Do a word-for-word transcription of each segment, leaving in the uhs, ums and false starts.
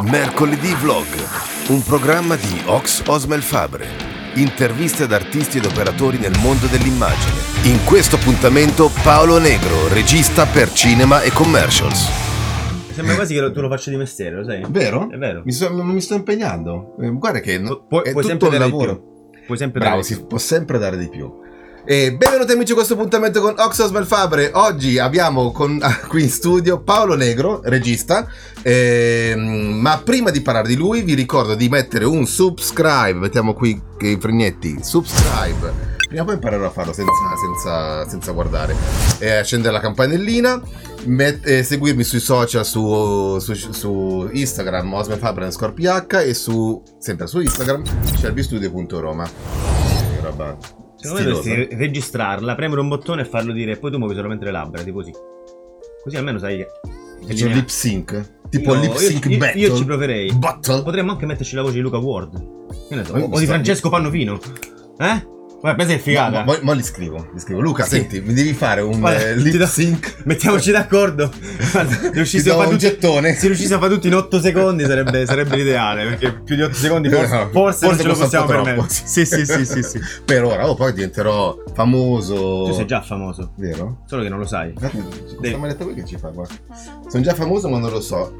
Mercoledì Vlog, un programma di Ox Osmel Fabre. Interviste ad artisti ed operatori nel mondo dell'immagine. In questo appuntamento Paolo Negro, regista per cinema e commercials. Sembra quasi che tu lo faccia di mestiere, lo sai? Vero? È vero. Mi, so, mi sto impegnando. Eh, guarda che no, Pu- è puoi tutto sempre un dare lavoro. di più. Puoi sempre Bravo, dare di si più. può sempre dare di più. E benvenuti amici a questo appuntamento con Ox Osmel Fabre. Oggi abbiamo con, qui in studio Paolo Negro, regista. Ehm, ma prima di parlare di lui vi ricordo di mettere un subscribe. Mettiamo qui i fregnetti. Subscribe. Prima o poi imparerò a farlo senza, senza, senza guardare. E accendere la campanellina. Met, eh, seguirmi sui social su, su, su Instagram Osmel Fabre underscore ph e su sempre su Instagram shelbystudio punto roma. Roba Secondo me dovresti registrarla, premere un bottone e farlo dire, e poi tu muovi solamente le labbra, tipo così. Così almeno sai che... C'è un lip sync. Tipo Io- lip sync io, battle. io, io ci proverei. Battle. Potremmo anche metterci la voce di Luca Ward. Che ne so, Ma o, mi o di sta- Francesco Pannofino. Eh? Guarda, pensa che figata. Ma, ma, ma li scrivo, li scrivo. Luca, Sì. senti, mi devi fare un Guarda, eh, ti lip do- sync. Mettiamoci d'accordo. Guarda, se Ti riuscissimo do a fare un tutti, gettone. se riuscissimo a fare tutti in otto secondi sarebbe, sarebbe l'ideale. Perché più di otto secondi forse, No, forse non ce lo costa possiamo un po' permettere. troppo. Sì, sì, sì, sì, sì. Per ora, oh, poi diventerò famoso. Tu sei già famoso, Vero? solo che non lo sai. Guarda, Devi- questa maledetta qui che ci fa qua. Sono già famoso ma non lo so.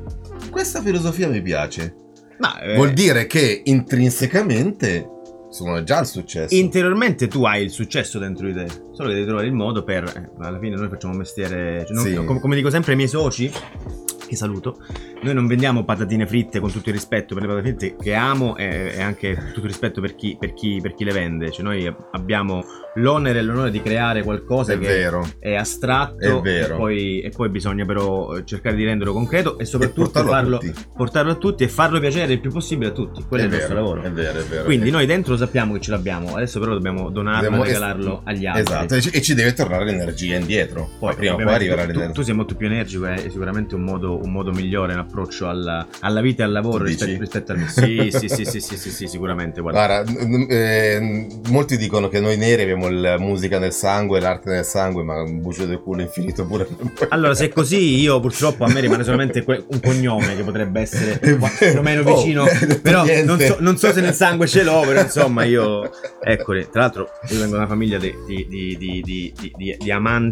Questa filosofia mi piace. Ma eh, Vuol dire che intrinsecamente sono già al successo. interiormente tu hai il successo dentro di te, solo che devi trovare il modo per, eh, alla fine noi facciamo un mestiere, cioè, non- Sì. com- come dico sempre ai miei soci, che saluto, noi non vendiamo patatine fritte, con tutto il rispetto per le patatine fritte che amo e, e anche tutto il rispetto per chi, per chi, per chi le vende, cioè noi abbiamo l'onere e l'onore di creare qualcosa È che vero. è astratto È vero. E, poi, e poi bisogna però cercare di renderlo concreto e E soprattutto portarlo a farlo, tutti. portarlo a tutti e farlo piacere il più possibile a tutti, quello è, È il nostro vero, lavoro. è vero, è vero. Quindi È- noi dentro lo sappiamo che ce l'abbiamo, adesso però dobbiamo donarlo Dobbiamo- e regalarlo agli altri. Esatto, e ci, e ci deve tornare l'energia indietro. Poi prima o poi ovviamente, arriverà tu, l'energia. tu sei molto più energico, è sicuramente un modo, un modo migliore, un approccio alla, alla vita e al lavoro Tu rispetto, dici? rispetto a me. Sì, sì, sì, sì, sì, sì, sì, sicuramente. Guarda. Guarda, n- n- eh, molti dicono che noi neri abbiamo la musica nel sangue, l'arte nel sangue, ma un bucio del culo infinito pure. Allora, se è così, io purtroppo a me rimane solamente que- un cognome che potrebbe essere È qua- vero. più o meno Oh, vicino, hai detto però niente. non so, non so se nel sangue ce l'ho, però insomma io, eccoli, tra l'altro io vengo da una famiglia di, di, di, di, di, di- di- di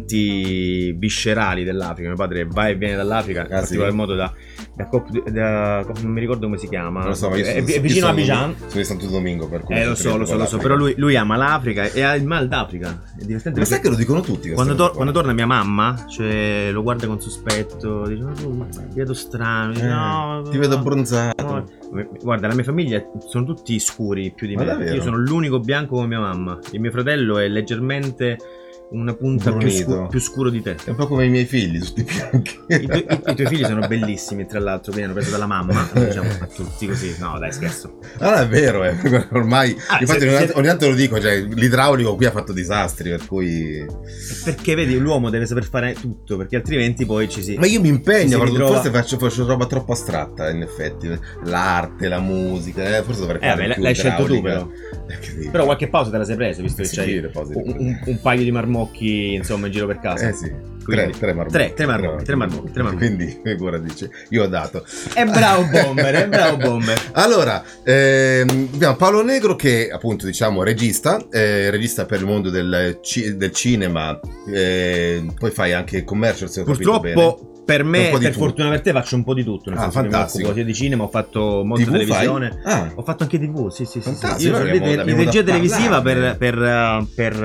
amanti viscerali dell'Africa, mio padre va e viene dall'Africa, in Ah, particolar sì? modo da, da, Cop- da- non mi ricordo come si chiama, Non lo so, ma io è, sono- è io vicino a sono- Abidjan. Sono di Santo Domingo, per cui Eh lo so, lo so, lo so, però lui, lui ama l'Africa e ha il mal d'Africa. È divertente Ma perché sai che lo dicono tutti? quando, questa tor- cosa quando qua? torna mia mamma, cioè, lo guarda con sospetto, dice, ma tu ti vedo strano, dice, Eh, no, ti vedo no, abbronzato. no. Guarda, la mia famiglia sono tutti scuri più di Ma me. davvero? Io sono l'unico bianco come mia mamma. Il mio fratello è leggermente una punta più, Brunito. scu- più scuro di te. È un po' come i miei figli, tutti bianchi. I, tu- i- i tuoi figli sono bellissimi, tra l'altro, quindi hanno preso dalla mamma, diciamo a tutti così. No, dai, scherzo. Allora è vero, eh. Ormai, Ah, infatti se- ogni, se- tanto, ogni tanto lo dico, cioè, l'idraulico qui ha fatto disastri, per cui... Perché vedi, l'uomo deve saper fare tutto, perché altrimenti poi ci si. Ma io mi Ci impegno, si guarda, ritrova- forse faccio, faccio roba troppo astratta, in effetti. L'arte, la musica, eh, forse dovrei Eh, fare vabbè, più l'hai scelto tu, idraulica. però. Eh, che dici? Però qualche pausa te la sei preso, visto che Sì, c'hai le pause le un, prendo. un- un paio di marmocchi, insomma, in giro per casa. Eh sì, Quindi- tre, tre marmocchi. Tre, tre marmocchi, tre marmocchi, tre marmocchi. Quindi, figura dice, io ho dato. È bravo Bomber, è bravo Bomber. Allora, ehm, abbiamo Paolo Negro che appunto diciamo regista, eh, regista per il mondo del, ci- del cinema, eh, poi fai anche commercial se ho capito bene. Purtroppo per Un me, po' di per tutto. fortuna per te, faccio un po' di tutto. Nel Ah, senso che mi fantastico. occupo sia di cinema, ho fatto molta T V televisione. fai? Ah. Ho fatto anche tivù, sì, sì, sì, sì. Fantastico, Io sono abbiamo- in- in abbiamo da regia televisiva per, parlarne. per, eh, per,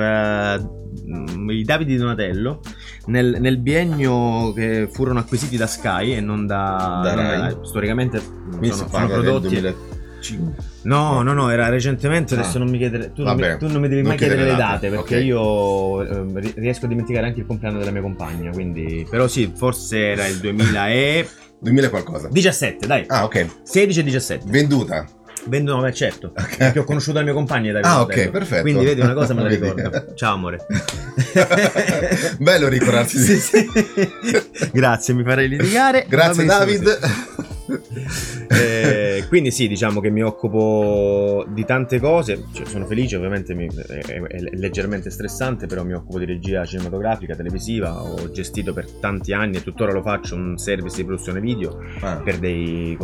eh, mm, i Davide di Donatello nel, nel biennio che furono acquisiti da Sky e non da, Da non Rai. da- storicamente Quindi sono, si sono parla del prodotti duemilacinque. no no no era recentemente, adesso Ah. non mi chiedere tu, non Vabbè, mi, tu non mi devi non mai chiedere le chiedere date, date, perché ok. io ehm, ri- riesco a dimenticare anche il compleanno della mia compagna, quindi però sì, forse era il duemiladiciassette duemila qualcosa. dai, Ah, ok. sedici e diciassette Venduta. vendono, beh, certo, Ok. perché ho conosciuto la mia compagna Davide Ah, Donatello. ok, perfetto. Quindi vedi, una cosa me la Vedi. ricordo. Ciao amore. Bello ricordarsi di Sì, sì. Grazie, mi farei litigare. Grazie Va benissimo David. così. Eh, Quindi sì, diciamo che mi occupo di tante cose, cioè, sono felice, ovviamente mi, è, è leggermente stressante, però mi occupo di regia cinematografica, televisiva, ho gestito per tanti anni e tuttora lo faccio un service di produzione video ah. per dei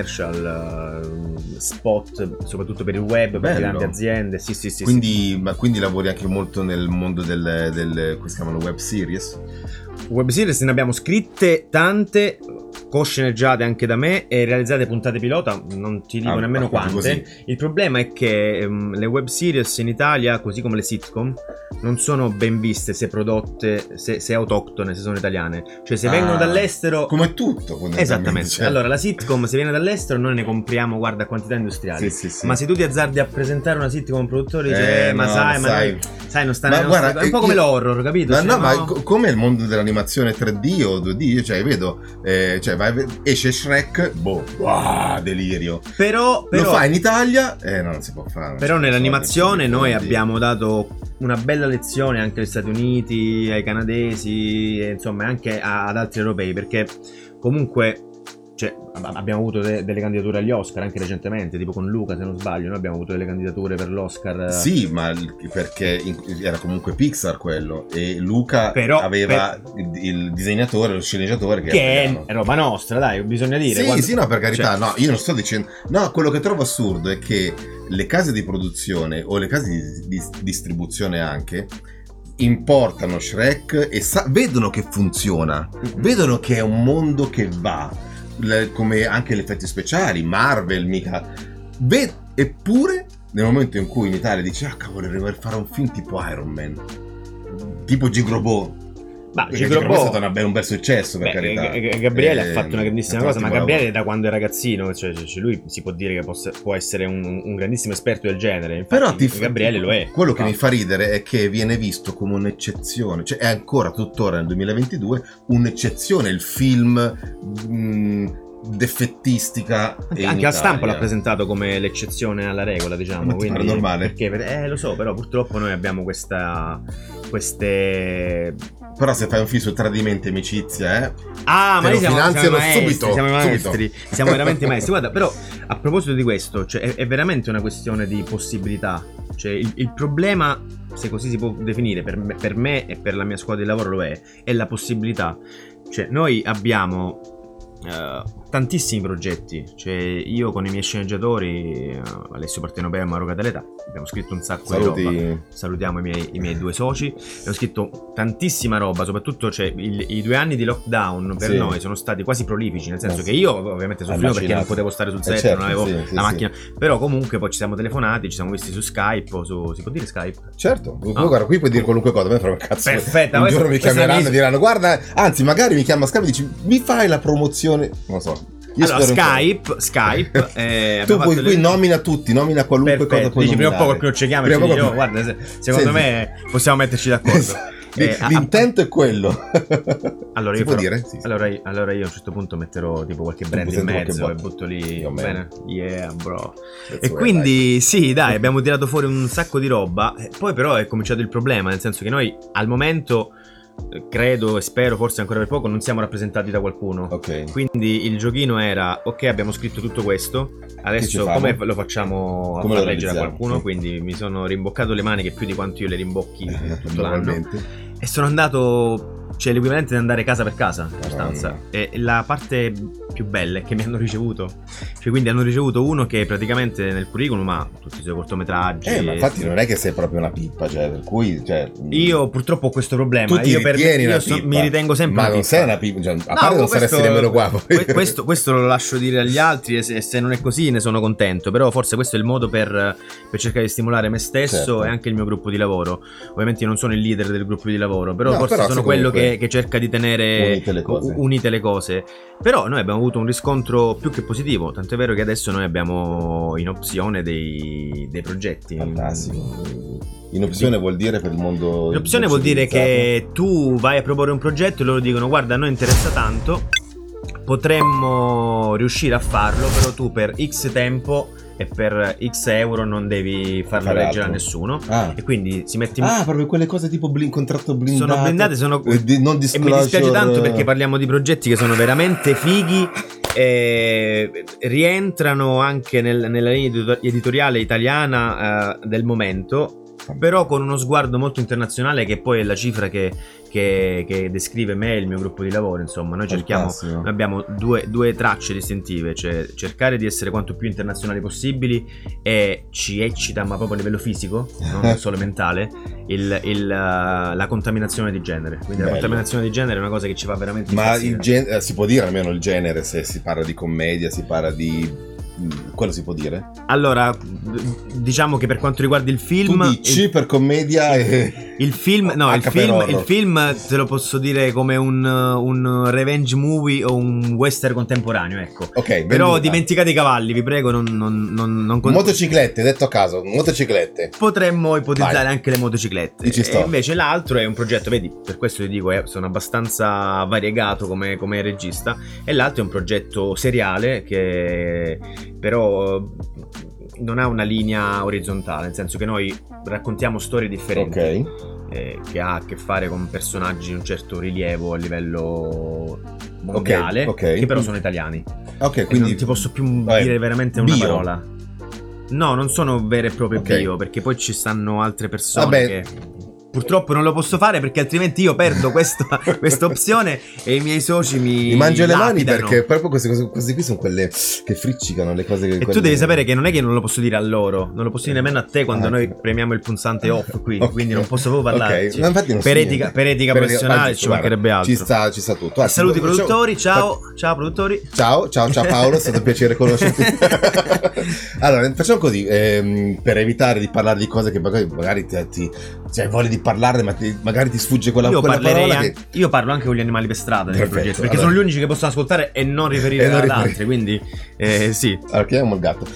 commercial, spot, soprattutto per il web, per grandi aziende. Sì, sì, sì. Quindi, sì. Ma quindi lavori anche molto nel mondo del, del come si chiamano, web series? Web series ne abbiamo scritte tante, co-sceneggiate anche da me e realizzate puntate pilota, non ti dico ah, nemmeno quante. Così. Il problema è che um, le web series in Italia, così come le sitcom, non sono ben viste se prodotte, se, se autoctone, se sono italiane. Cioè se ah, vengono dall'estero... Come tutto, esattamente. Cioè. Allora la sitcom se viene dall'estero noi ne compriamo, guarda, a quantità industriali. Sì, sì, sì. Ma se tu ti azzardi a presentare una sitcom a un produttore dici eh, eh, ma no, sai, ma sai. Noi, sai non sta nelle nostre... È un po' come io... l'horror, capito? Ma cioè, no, no, ma co- come il mondo dell'animazione tre D o due D, cioè vedo, eh, cioè vai, esce Shrek, boh, wow, delirio. Però, però lo fa in Italia, eh no, non si può fare. Però nell'animazione noi abbiamo dato una bella lezione anche agli Stati Uniti, ai canadesi, e insomma anche ad altri europei, perché comunque cioè, abbiamo avuto de- delle candidature agli Oscar anche recentemente, tipo con Luca se non sbaglio, noi abbiamo avuto delle candidature per l'Oscar. Sì, ma perché era comunque Pixar quello e Luca però, aveva per... il, il disegnatore, lo sceneggiatore che, che è, è roba nostra, dai, bisogna dire. Sì, quando... sì, no, per carità, cioè... no, io non sto dicendo... No, quello che trovo assurdo è che le case di produzione o le case di, di distribuzione anche importano Shrek e sa- vedono che funziona, mm-hmm. vedono che è un mondo che va. Le, come anche gli effetti speciali, Marvel mica Ve- eppure nel momento in cui in Italia dice ah cavolo vorrei fare un film tipo Iron Man, tipo Gigrobot, ma Gigrobot è stato una, un bel successo per beh, carità. G- Gabriele eh, ha fatto una grandissima cosa, ma Gabriele lavoro. Da quando è ragazzino, cioè, cioè lui si può dire che possa, può essere un, un grandissimo esperto del genere. Infatti, però ti, Gabriele lo è. Quello che mi fa ridere è che viene visto come un'eccezione, cioè è ancora tuttora nel duemilaventidue un'eccezione il film mh, d'effettistica anche, anche la stampa l'ha presentato come l'eccezione alla regola, diciamo, quindi normale. Perché eh lo so, però purtroppo noi abbiamo questa queste però se fai un film su tradimento e amicizia eh ah ma lo siamo, finanziano siamo maestri, subito siamo maestri subito. Siamo veramente maestri. Guarda, però a proposito di questo, cioè, è, è veramente una questione di possibilità, cioè il, il problema, se così si può definire, per me, per me e per la mia squadra di lavoro lo è è la possibilità. Cioè noi abbiamo Uh, tantissimi progetti, cioè io con i miei sceneggiatori uh, Alessio Partenopea e Mauro Cataleta abbiamo scritto un sacco Saluti. di roba, salutiamo i miei, i miei due soci, abbiamo scritto tantissima roba, soprattutto cioè, il, i due anni di lockdown per sì. noi sono stati quasi prolifici, nel senso eh, che io ovviamente soffrivo perché non potevo stare sul set, eh certo, non avevo sì, la sì, macchina sì. Però comunque poi ci siamo telefonati, ci siamo visti su Skype o su... si può dire Skype? Certo, no. Guarda, qui puoi dire qualunque cosa, me frega un cazzo. Perfetta, un giorno mi chiameranno e diranno guarda, anzi magari mi chiama Skype e dici mi fai la promozione, non lo so. Io allora Skype, Skype eh, tu poi, le... poi nomina tutti, nomina qualunque perfetto. Cosa puoi dici nominare. Prima o poi qualcuno ci chiama e ci dice oh, guarda, se, secondo Senti. me possiamo metterci d'accordo. eh, L'intento a... è quello. Allora si io può farò... dire? Sì, sì. Allora, io, allora io a un certo punto metterò tipo qualche brand in mezzo e butto lì io bene. Yeah bro. That's e quindi like. Sì dai, abbiamo tirato fuori un sacco di roba. Poi però è cominciato il problema, nel senso che noi al momento credo e spero forse ancora per poco non siamo rappresentati da qualcuno, okay. Quindi il giochino era ok, abbiamo scritto tutto questo, adesso come lo facciamo a come far leggere a qualcuno, sì. Quindi mi sono rimboccato le maniche più di quanto io le rimbocchi eh, tutto l'anno e sono andato, cioè l'equivalente di andare casa per casa in sostanza. E la parte più bella è che mi hanno ricevuto, cioè quindi hanno ricevuto uno che praticamente nel curriculum ha tutti i suoi cortometraggi eh ma infatti non è che sei proprio una pippa, cioè per cui cioè, io purtroppo ho questo problema, tu ti io, per, io so, mi ritengo sempre ma una non pippa. Sei una pippa, cioè, a no, parte non questo, saresti nemmeno qua poi. questo, questo lo lascio dire agli altri e se, se non è così ne sono contento, però forse questo è il modo per, per cercare di stimolare me stesso, certo. E anche il mio gruppo di lavoro. Ovviamente io non sono il leader del gruppo di lavoro, però no, forse però sono quello che, che cerca di tenere unite le, cose. unite le cose. Però noi abbiamo avuto un riscontro più che positivo, tant'è vero che adesso noi abbiamo in opzione dei, dei progetti. Fantastico. In opzione vuol dire per il mondo. In opzione vuol dire che tu vai a proporre un progetto e loro dicono guarda a noi interessa tanto, potremmo riuscire a farlo, però tu per X tempo e per X euro non devi farlo Fare leggere altro. a nessuno ah. E quindi si mette in... ah proprio quelle cose tipo blin- contratto blindato sono blindate, sono di- non e mi dispiace tanto perché parliamo di progetti che sono veramente fighi eh, rientrano anche nel, nella linea editoriale italiana eh, del momento, però con uno sguardo molto internazionale, che poi è la cifra che, che, che descrive me e il mio gruppo di lavoro. Insomma, noi cerchiamo, noi abbiamo due, due tracce distintive, cioè cercare di essere quanto più internazionali possibili, e ci eccita, ma proprio a livello fisico, non solo mentale, il, il, la contaminazione di genere. Quindi Bello. La contaminazione di genere è una cosa che ci fa veramente ma impazzire. il gen- si può dire almeno il genere, se si parla di commedia, si parla di... quello si può dire? Allora, diciamo che per quanto riguarda il film, tu dici il, per commedia e... il film, no, il film, il film te lo posso dire come un, un revenge movie o un western contemporaneo, ecco. Ok, però venduta. Dimenticate i cavalli, vi prego, non, non, non, non motociclette, detto a caso, motociclette. Potremmo ipotizzare Vai. anche le motociclette. E invece l'altro è un progetto, vedi, per questo ti dico, eh, sono abbastanza variegato come, come regista, e l'altro è un progetto seriale che però non ha una linea orizzontale, nel senso che noi raccontiamo storie differenti, okay. eh, che ha a che fare con personaggi di un certo rilievo a livello mondiale, okay, okay. che però sono italiani. Ok, quindi non ti posso più Vabbè, dire veramente bio. una parola. No, non sono vere e proprie okay. bio, perché poi ci stanno altre persone Vabbè. che... Purtroppo non lo posso fare, perché altrimenti io perdo questa opzione e i miei soci mi, mi mangio le mani, lapidano. perché proprio queste cose queste qui sono quelle che friccicano le cose che e quelle... tu devi sapere che non è che non lo posso dire a loro, non lo posso dire nemmeno a te quando ah, noi premiamo il pulsante off qui, okay. quindi non posso proprio parlarci. Okay. Ma infatti non per, etica, per etica per professionale ci mancherebbe altro. Ci sta, ci sta tutto. Ah, saluti produttori, ciao, ciao, ciao produttori. Ciao, ciao, ciao Paolo, è stato un piacere conoscerti. Allora, facciamo così, ehm, per evitare di parlare di cose che magari, magari ti, ti cioè, voglia di parlarne, ma ti, magari ti sfugge quella, io quella parola anche, che... Io parlo anche con gli animali per strada nei Perfetto, progetti, perché allora. sono gli unici che possono ascoltare e non riferire e non ad riferire. altri, quindi eh, sì. Allora, chiamiamo il gatto.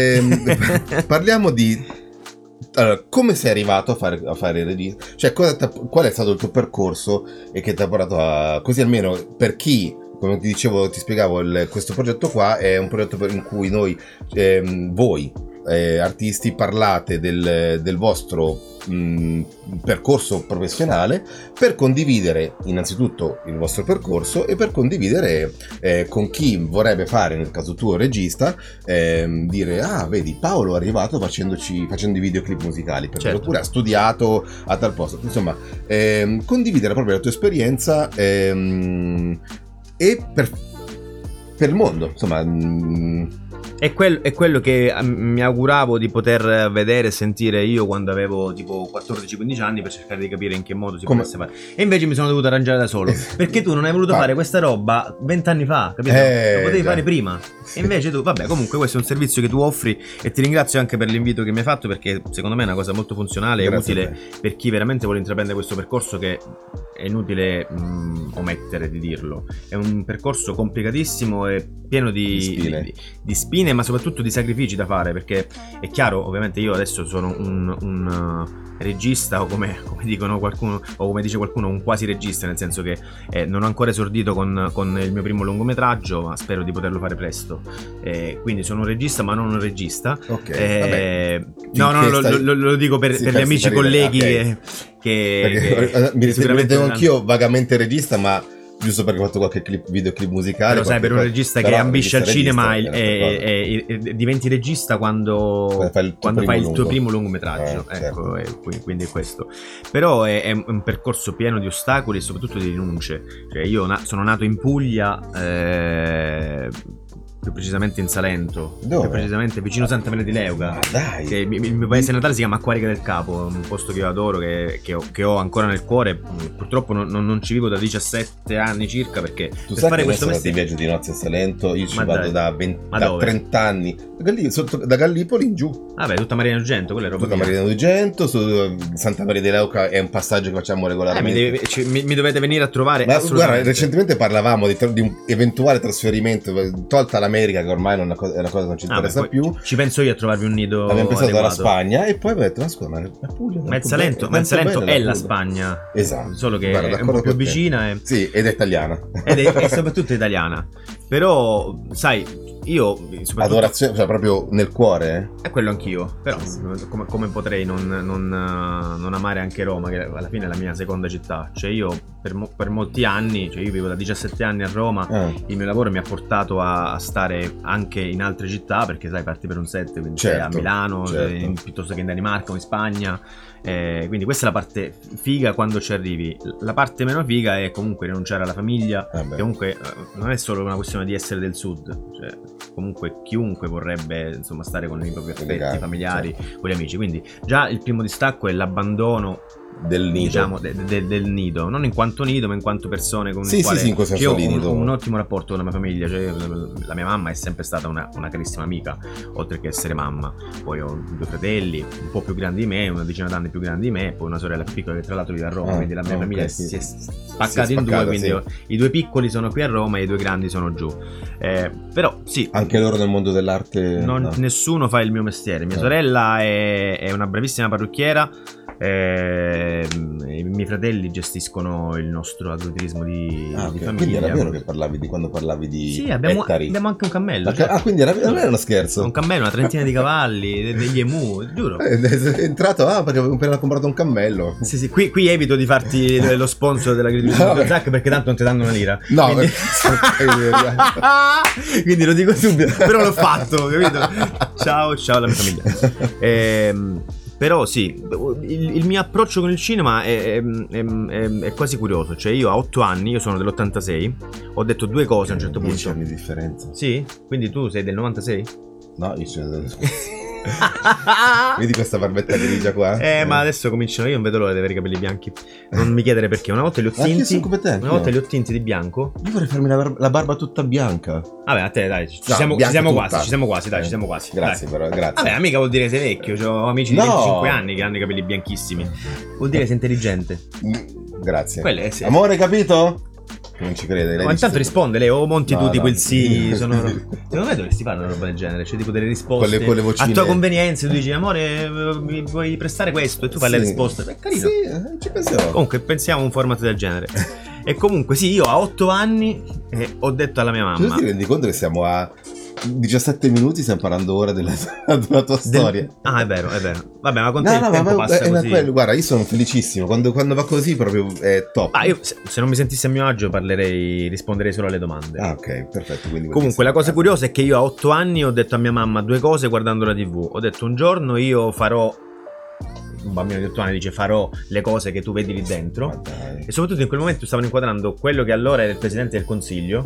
Ehm, parliamo di... Allora, come sei arrivato a fare, a fare il regista? Cioè, cosa qual è stato il tuo percorso e che ti ha portato a... Così almeno per chi... Come ti dicevo, ti spiegavo, il, questo progetto qua è un progetto per, in cui noi, ehm, voi eh, artisti, parlate del, del vostro mh, percorso professionale, per condividere innanzitutto il vostro percorso e per condividere eh, con chi vorrebbe fare, nel caso tuo regista, ehm, dire ah vedi Paolo è arrivato facendoci, facendo i videoclip musicali, perché certo. oppure ha studiato a tal posto, insomma ehm, condividere proprio la tua esperienza ehm, e per, per il mondo, insomma. Mh. È, quel, è quello che mi auguravo di poter vedere e sentire io quando avevo tipo quattordici quindici anni, per cercare di capire in che modo si Come? potesse fare. E invece mi sono dovuto arrangiare da solo, perché tu non hai voluto Va. fare questa roba vent'anni fa, capito? Eh, Lo potevi già. fare prima. Sì. E invece tu, vabbè, comunque questo è un servizio che tu offri e ti ringrazio anche per l'invito che mi hai fatto, perché secondo me è una cosa molto funzionale e utile per chi veramente vuole intraprendere questo percorso, che è inutile mh, omettere di dirlo. È un percorso complicatissimo e pieno di, Di spine. di, di spine, ma soprattutto di sacrifici da fare, perché è chiaro, ovviamente io adesso sono un, un uh, regista, o come, come dicono qualcuno, o come dice qualcuno, un quasi regista, nel senso che eh, non ho ancora esordito con, con il mio primo lungometraggio, ma spero di poterlo fare presto. Eh, quindi sono un regista, ma non un regista. Ok, eh, vabbè. No, no, lo, stai... lo, lo dico per, sì, per gli amici colleghi okay. che, perché, che mi ritengo hanno... anch'io vagamente regista, ma giusto perché ho fatto qualche clip, videoclip musicale. Però sai, per un cosa, regista però che ambisce al cinema regista, e, e, e, e diventi regista quando fai il, quando fai il tuo lungo. primo lungometraggio, eh, ecco, certo. e quindi è questo. Però è, è un percorso pieno di ostacoli e soprattutto di rinunce. Cioè, io na- sono nato in Puglia, eh, più precisamente in Salento. Dove? Più precisamente vicino Santa Maria di Leuca. Ah, dai. Che il, il mio paese natale si chiama Acquarica del Capo, un posto che io adoro, che, che, ho, che ho ancora nel cuore. Purtroppo non, non, non ci vivo da diciassette anni circa, perché tu per sai fare che questo mestiere... mestiere... viaggio di nozze a Salento, io ci Ma vado dai. da, venti, Ma da dove? trenta anni, da, Galli, sotto, da Gallipoli in giù. Vabbè, tutta Marina Argento, quella è roba Tutta mia. Marina d'Argento, su Santa Maria di Leuca è un passaggio che facciamo Eh, regolarmente. mi, deve- ci- mi- mi dovete venire a trovare. Ma assolutamente. guarda, recentemente parlavamo di, tra- di un eventuale trasferimento, tolta l'America, che ormai non è una cosa, è una cosa che non ci Ah, interessa beh, più. poi ci penso io a trovarvi un nido. Abbiamo pensato adeguato. alla Spagna e poi abbiamo detto, ma scusa, ma la Puglia Ma il Salento, ma il Salento è la Spagna. Esatto. Solo che Guarda, è un d'accordo po' più con te. vicina e, Sì, ed è italiana. ed è, è soprattutto italiana. Però, sai, io soprattutto Adorazione, cioè proprio nel cuore, eh? è quello anch'io. Però come, come potrei non, non, non amare anche Roma, che alla fine è la mia seconda città. Cioè io per, mo- per molti anni, cioè io vivo da diciassette anni a Roma, Ah. il mio lavoro mi ha portato a, a stare anche in altre città, perché sai, parti per un set, quindi sei Certo, a Milano, certo. eh, in- piuttosto che in Danimarca o in Spagna, eh, quindi questa è la parte figa quando ci arrivi. La parte meno figa è comunque rinunciare alla famiglia, Vabbè. che comunque eh, non è solo una questione di essere del sud, cioè comunque chiunque vorrebbe insomma stare con i propri affetti Legati, familiari, con gli amici, quindi già il primo distacco è l'abbandono Del nido. diciamo de- de- del nido, non in quanto nido ma in quanto persone con Sì, il quale sì, sì, in quel senso io ho lì, un, nido. un ottimo rapporto con la mia famiglia, cioè, la mia mamma è sempre stata una, una carissima amica, oltre che essere mamma. Poi ho due fratelli un po' più grandi di me, una decina d'anni più grandi di me, poi una sorella più piccola che tra l'altro vive a Roma, Ah, quindi la mia ok, famiglia sì. si è Si spaccata è in due, spaccata, quindi sì. ho- i due piccoli sono qui a Roma e i due grandi sono giù. Eh, però sì, Anche loro nel mondo dell'arte. non- no. nessuno fa il mio mestiere. Mia No. sorella è, è una bravissima parrucchiera. eh, I miei fratelli gestiscono il nostro agriturismo di, Ah, di ok. famiglia. Quindi era vero che parlavi di quando parlavi di Sì, abbiamo, ettari. abbiamo anche un cammello. Ma- cioè, ah, quindi era, non era uno scherzo. un cammello, una trentina di cavalli, de- degli emu, giuro. Eh, È entrato, ah, perché avevo appena comprato un cammello. Sì, sì, qui, qui evito di farti lo sponsor dell'agriturismo No. Zac, perché tanto non ti danno una lira. No, Quindi... perché- Quindi lo dico subito, però l'ho fatto, capito? Ciao, ciao alla mia famiglia. Ehm, però sì, il, il mio approccio con il cinema è, è- è- è quasi curioso. Cioè io a otto anni, io sono dell'ottantasei, ho detto due cose a un certo dieci punto. anni di differenza. Sì? Quindi tu sei del novantasei? No, io sono... Vedi questa barbetta grigia qua? Eh, ma adesso cominciano, io non vedo l'ora di avere i capelli bianchi. Non mi chiedere perché, una volta li ho Ma anch'io tinti, sono come te, una anch'io. volta li ho tinti di bianco. Io vorrei farmi la, bar- la barba tutta bianca. Vabbè, a te dai, ci No, siamo, ci bianca siamo tutta. quasi, ci siamo quasi, dai, Eh, ci siamo quasi. Grazie, dai. però, grazie. Vabbè, amica vuol dire che sei vecchio, ho amici di No. venticinque anni che hanno i capelli bianchissimi. Vuol dire che sei intelligente. Mm, Grazie. Quello è sì. Amore, capito? Non ci crede. lei Ma intanto dice- risponde lei, o monti No, tu tipo no. il sì, sono... Secondo me dovresti fare una roba del genere, cioè tipo delle risposte Con le- con le vocine. a tua convenienza, tu dici amore eh, mi vuoi prestare questo e tu fai le Sì. risposte, è carino. Sì, eh, ci penserò. Comunque pensiamo a un format del genere. E comunque sì, io a otto anni eh, ho detto alla mia Tu mamma ti rendi conto che siamo a diciassette minuti, stiamo parlando ora della, della tua del- storia? Ah, è vero, è vero. Vabbè, ma con te No, il no, ma tempo ma- passa è una- così. quello- guarda, io sono felicissimo. Quando, quando va così, proprio è top. Ah, io se, se non mi sentissi a mio agio parlerei, risponderei solo alle domande. Ah, ok, perfetto. Quindi Comunque la cosa curiosa è che io a otto anni ho detto a mia mamma due cose guardando la tivù. Ho detto un giorno io farò, un bambino di otto anni dice farò le cose che tu vedi lì Ma dentro. dai, E soprattutto in quel momento stavano inquadrando quello che allora era il presidente del consiglio.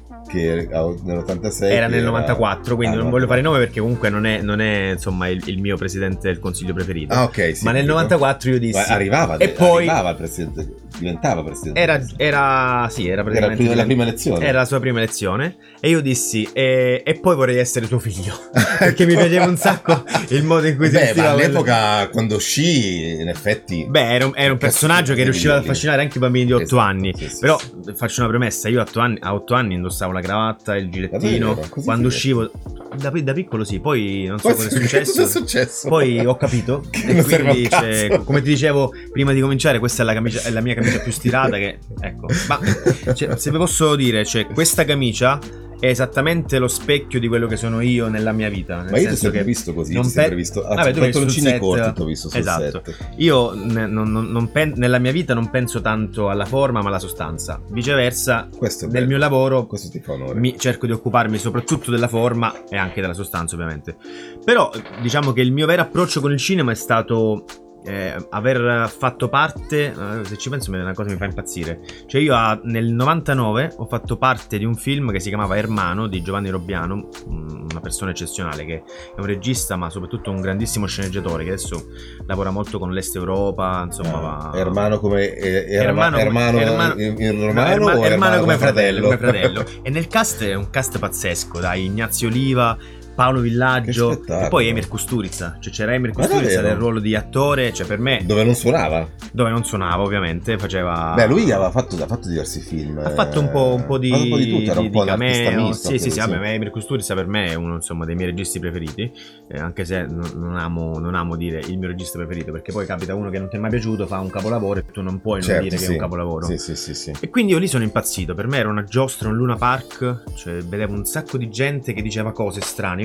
che ah, nell'ottantasei Era che nel novantaquattro, quindi Ah, non voglio fare il nome perché comunque non è, non è insomma il, il mio presidente del consiglio preferito. Ah, ok, sì. Ma nel capito. novantaquattro io dissi... Ma arrivava, E poi arrivava il presidente, diventava presidente. era, era, sì, era Era praticamente... il primo- la prima elezione. Era la sua prima elezione e io dissi e, e poi vorrei essere tuo figlio perché mi piaceva un sacco il modo in cui si Beh, vestiva ma quello. all'epoca quando uscì, in effetti. Beh, era un, era un personaggio che riusciva ad affascinare anche i bambini di otto Esatto, anni. sì, sì, Però sì. faccio una premessa: io a otto anni, a otto anni indossavo la cravatta, il gilettino. Davvero? Così Quando ti uscivo da, da piccolo, sì, poi non so Poi cosa è cosa successo. è successo? Poi ho capito. Che E non serve quindi un c'è- cazzo. come ti dicevo prima di cominciare, questa è la, camicia, è la mia camicia più stirata. Che ecco, ma cioè, se vi posso dire, cioè, questa camicia è esattamente lo specchio di quello che sono io nella mia vita. Nel Ma io ti ho senso sempre che visto così, non ti ho sempre pe- visto. Vabbè, Anzi, tu eri sul pantaloncini set. corti ti ho visto sul Esatto. set. Io ne- non- non- non pen- nella mia vita non penso tanto alla forma ma alla sostanza. Viceversa, Questo è nel bello. mio lavoro Questo ti fa onore. mi cerco di occuparmi soprattutto della forma e anche della sostanza, ovviamente. Però diciamo che il mio vero approccio con il cinema è stato eh, aver fatto parte, eh, se ci penso è una cosa che mi fa impazzire. Cioè io a- nel novantanove ho fatto parte di un film che si chiamava Ermano di Giovanni Robbiano, un- una persona eccezionale che è un regista ma soprattutto un grandissimo sceneggiatore che adesso lavora molto con l'Est Europa, insomma va... Ermano come eh, Ermano Ermano, come- Ermano Ermano- in, in No, romano Erma- o Ermano come fratello, come fratello? fratello. E nel cast è un cast pazzesco, dai, Ignazio Oliva, Paolo Villaggio Che spettacolo. e poi Emir Kusturica. Cioè c'era Emir Ma Kusturica davvero? nel ruolo di attore, cioè per me, Dove non suonava? dove non suonava ovviamente, faceva... Beh, lui aveva fatto, ha fatto diversi film. ha fatto un po', un po' di, Ha fatto un po' di tutto, era di- un po' di un artista cameo. misto. Sì, sì, sì, appunto, vabbè, ma Emir Kusturica per me è uno insomma dei miei registi preferiti, eh, anche se non, non amo, non amo dire il mio regista preferito, perché poi capita uno che non ti è mai piaciuto, fa un capolavoro e tu non puoi non Certo, dire che sì. è un capolavoro. Sì, sì, sì, sì. E quindi io lì sono impazzito, per me era una giostra, un Luna Park, cioè vedevo un sacco di gente che diceva cose strane, io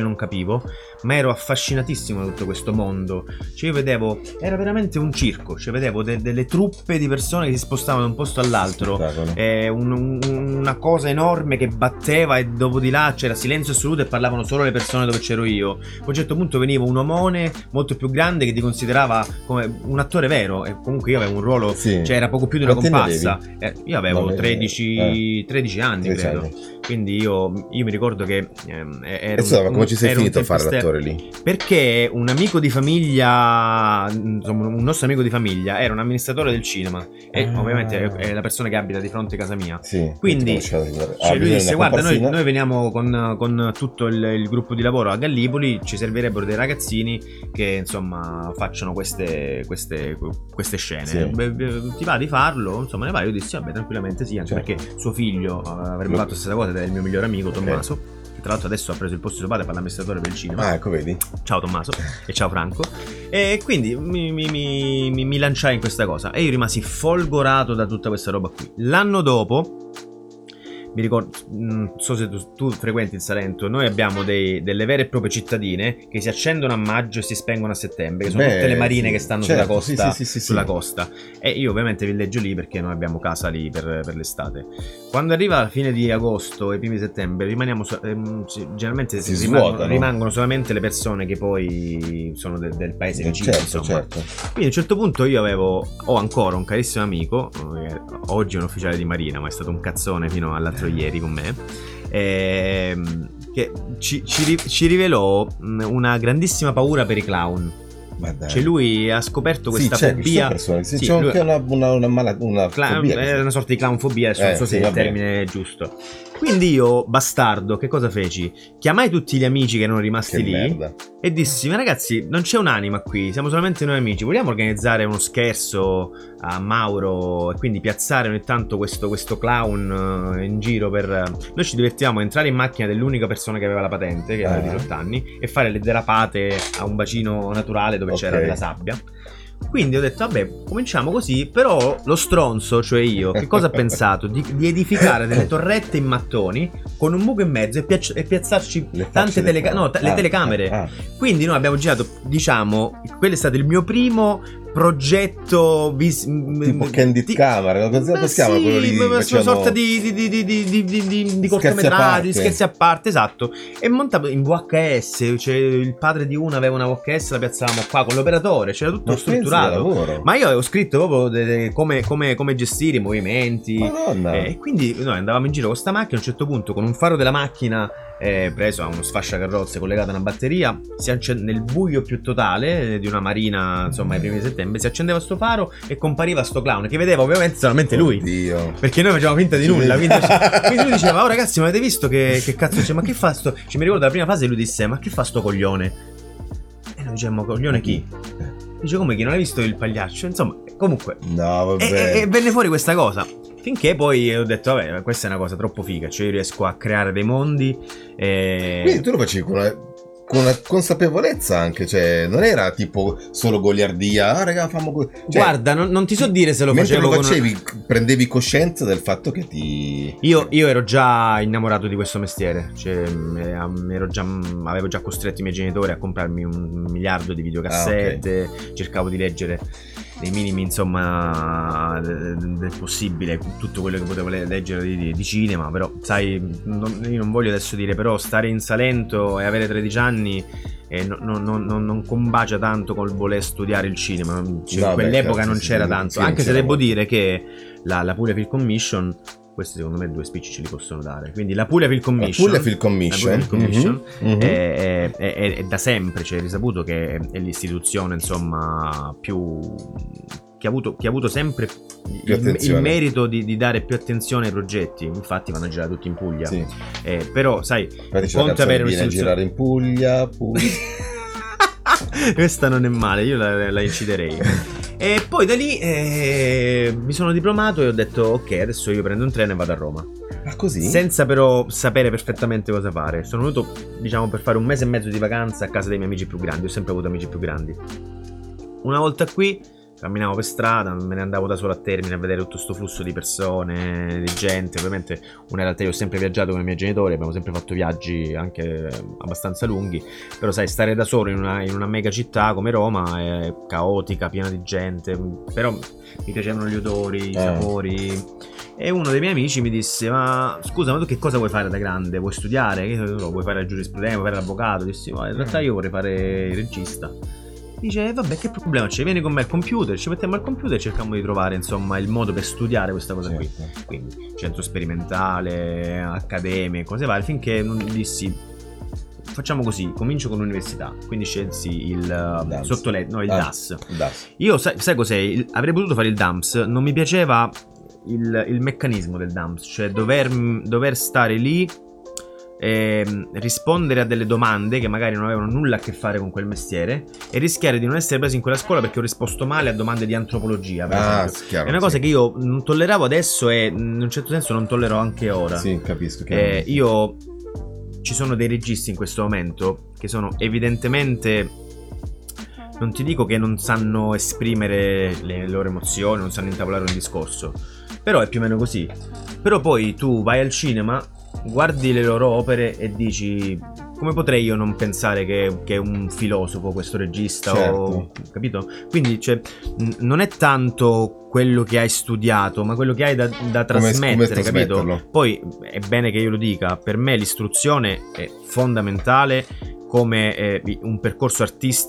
non capivo, ma ero affascinatissimo da tutto questo mondo. Cioè io vedevo, era veramente un circo, cioè vedevo de- delle truppe di persone che si spostavano da un posto all'altro, eh, un, un, una cosa enorme che batteva e dopo di là c'era silenzio assoluto e parlavano solo le persone dove c'ero io. Poi a un certo punto veniva un omone molto più grande che ti considerava come un attore vero, e comunque io avevo un ruolo, sì. Cioè era poco più di una Quanti comparsa. Eh, io avevo no, tredici, eh. tredici anni tredici credo. Anni. Quindi io, io mi ricordo che ehm, ero, e so, ma come ci sei finito a fare tempister- l'attore lì? Perché un amico di famiglia, insomma un nostro amico di famiglia era un amministratore del cinema e ah. ovviamente è, è la persona che abita di fronte a casa mia. Sì, quindi cioè, ah, lui disse guarda noi, comparsina? noi veniamo con, con tutto il, il gruppo di lavoro a Gallipoli, ci servirebbero dei ragazzini che insomma facciano queste, queste, queste scene. Sì. Beh, ti va di farlo? Insomma ne va, io dissi vabbè tranquillamente sì, anche certo. perché suo figlio uh, avrebbe Lo... fatto la stessa cosa ed è il mio migliore amico Tommaso, okay. che tra l'altro adesso ha preso il posto di suo padre per l'amministratore del cinema. Ah, ecco, vedi. Ciao Tommaso e ciao Franco. E quindi mi, mi, mi, mi, mi lanciai in questa cosa e io rimasi folgorato da tutta questa roba qui. L'anno dopo mi ricordo, non so se tu, tu frequenti il Salento, noi abbiamo dei, delle vere e proprie cittadine che si accendono a maggio e si spengono a settembre, che sono Beh, tutte le marine sì, che stanno certo, sulla costa, sì, sì, sì, sì, sulla sì. costa. E io ovviamente villaggio lì perché noi abbiamo casa lì per, per l'estate. Quando arriva la fine di agosto e i primi di settembre rimaniamo so- ehm, generalmente si rimangono, svuotano. rimangono solamente le persone che poi sono del, del paese Eh, vicino, certo, insomma. certo. Quindi a un certo punto io avevo, ho ancora un carissimo amico, eh, oggi è un ufficiale di marina, ma è stato un cazzone fino all'altro ieri con me, ehm, che ci, ci, ri- ci rivelò mh, una grandissima paura per i clown. Ma dai. Cioè lui ha scoperto questa sì, c'è, fobia. Persone, sì, Sì, c'è lui- anche una, una, una, mala, una Cla- fobia. è una sorta di clownfobia, adesso Eh, non so sì, se il vabbè. termine è giusto. Quindi io, bastardo, che cosa feci? Chiamai tutti gli amici che erano rimasti Che lì merda. e dissi: ma ragazzi, non c'è un'anima qui, siamo solamente noi amici, vogliamo organizzare uno scherzo a Mauro e quindi piazzare ogni tanto questo, questo clown eh, in giro per... Noi ci divertiamo a entrare in macchina dell'unica persona che aveva la patente, che aveva Ah. diciotto anni, e fare le derapate a un bacino naturale dove Ok. c'era della sabbia. Quindi ho detto vabbè, cominciamo così. Però lo stronzo, cioè io, che cosa ha pensato? Di, di edificare delle torrette in mattoni con un buco in mezzo e, piac- e piazzarci Le tante facce teleca- del- no, t- le Ah, telecamere. ah, ah. Quindi noi abbiamo girato, diciamo, quello è stato il mio primo progetto vis- Tipo Candid di- Camera, cosa Beh, si chiama sì, quello lì? una Facevano- sorta di, di, di, di, di, di, di, di Scherzi a cortometraggi, parte. scherzi a parte, esatto. E montato in V H S, cioè il padre di uno aveva una V H S, la piazzavamo qua con l'operatore, c'era tutto Ma strutturato. pensa, lavoro. Ma io avevo scritto proprio de- de- come, come, come gestire i movimenti. Madonna. Eh, E quindi noi andavamo in giro con sta macchina. A un certo punto, con un faro della macchina eh, preso a uno sfasciacarrozze collegato a una batteria, si accende nel buio più totale eh, di una marina, insomma, ai primi di settembre. Si accendeva sto faro e compariva sto clown che vedeva ovviamente solamente lui. Oddio. Perché noi facevamo finta di nulla. Quindi, quindi lui diceva: oh ragazzi, ma avete visto che, che cazzo c'è? Ma che fa sto. Cioè, mi ricordo la prima fase lui disse: ma che fa sto coglione? E noi dicevamo: coglione chi? Dice: come chi? Non hai visto il pagliaccio? Insomma, comunque. No, E, e- vabbè. e venne fuori questa cosa. Finché poi ho detto, vabbè, questa è una cosa troppo figa. Cioè, io riesco a creare dei mondi. E... Quindi tu lo facevi con una, con una consapevolezza anche, cioè non era tipo solo goliardia, ah raga, fammo così. Cioè, Guarda, non, non ti so dire se lo mentre facevo lo con una- facevi, prendevi coscienza del fatto che ti... Io, io ero già innamorato di questo mestiere, cioè mh, ero già, mh, avevo già costretto i miei genitori a comprarmi un miliardo di videocassette, cercavo di leggere nei minimi, insomma, del, del possibile tutto quello che potevo le- leggere di, di cinema. Però sai, non, io non voglio adesso dire, però stare in Salento e avere tredici anni eh, no- no- no- no- non combacia tanto col voler studiare il cinema. Cioè, No, in quell'epoca beh, certo, non sì, c'era sì, tanto, sì, non anche se c'era devo molto. dire che la, la Puglia Film Commission, questi secondo me due spicci ce li possono dare. Quindi la Puglia Film Commission, Puglia Film Commission, la Puglia Film Commission Mhm, mhm. È, è- è- è da sempre, cioè è risaputo che è l'istituzione, insomma, più che ha avuto, che ha avuto sempre il, attenzione. il merito di, di dare più attenzione ai progetti. Infatti vanno a girare tutti in Puglia. Sì. Eh, però sai, Infatti c'è la conta canzone, avere viene a un'istituzione. girare in Puglia, Puglia. Questa non è male, io la, la inciderei. E poi da lì eh, mi sono diplomato e ho detto ok, adesso io prendo un treno e vado a Roma. Ah, così? Senza però sapere perfettamente cosa fare. Sono venuto, diciamo, per fare un mese e mezzo di vacanza a casa dei miei amici più grandi. Ho sempre avuto amici più grandi. Una volta qui camminavo per strada, me ne andavo da solo a Termini a vedere tutto sto flusso di persone, di gente. Ovviamente una realtà, io ho sempre viaggiato con i miei genitori, abbiamo sempre fatto viaggi anche abbastanza lunghi, però sai, stare da solo in una, in una mega città come Roma è caotica, piena di gente, però mi piacevano gli odori, i eh. sapori. E uno dei miei amici mi disse: ma scusa, ma tu che cosa vuoi fare da grande? Vuoi studiare? Che, no, vuoi fare la giurisprudenza? Vuoi fare l'avvocato? Dissi: ma in realtà io vorrei fare il regista. Dice: vabbè, che problema c'è? Vieni con me al computer, ci mettiamo al computer e cerchiamo di trovare, insomma, il modo per studiare questa cosa qui. Certo. Quindi centro sperimentale, accademie, cose varie, finché non dissi: facciamo così, comincio con l'università. Quindi scelsi il Dams. sottoletto, no, il Ah, D A S. D A S. Io sai, sai cos'è? Il- avrei potuto fare il D A M S, non mi piaceva il, il meccanismo del D A M S, cioè dover, dover stare lì e rispondere a delle domande che magari non avevano nulla a che fare con quel mestiere e rischiare di non essere preso in quella scuola perché ho risposto male a domande di antropologia, per Ah, esempio. chiaro, È una sì. cosa che io non tolleravo adesso e in un certo senso non tollero anche ora. Sì, capisco. Eh, io ci sono dei registi in questo momento che sono evidentemente, non ti dico che non sanno esprimere le loro emozioni, non sanno intavolare un discorso, però è più o meno così. Però poi tu vai al cinema, guardi le loro opere e dici: come potrei io non pensare che, che è un filosofo questo regista? Certo. O, capito? Quindi cioè, n- non è tanto quello che hai studiato, ma quello che hai da, da trasmettere, come capito? trasmetterlo. Poi è bene che io lo dica, per me l'istruzione è fondamentale come eh, un percorso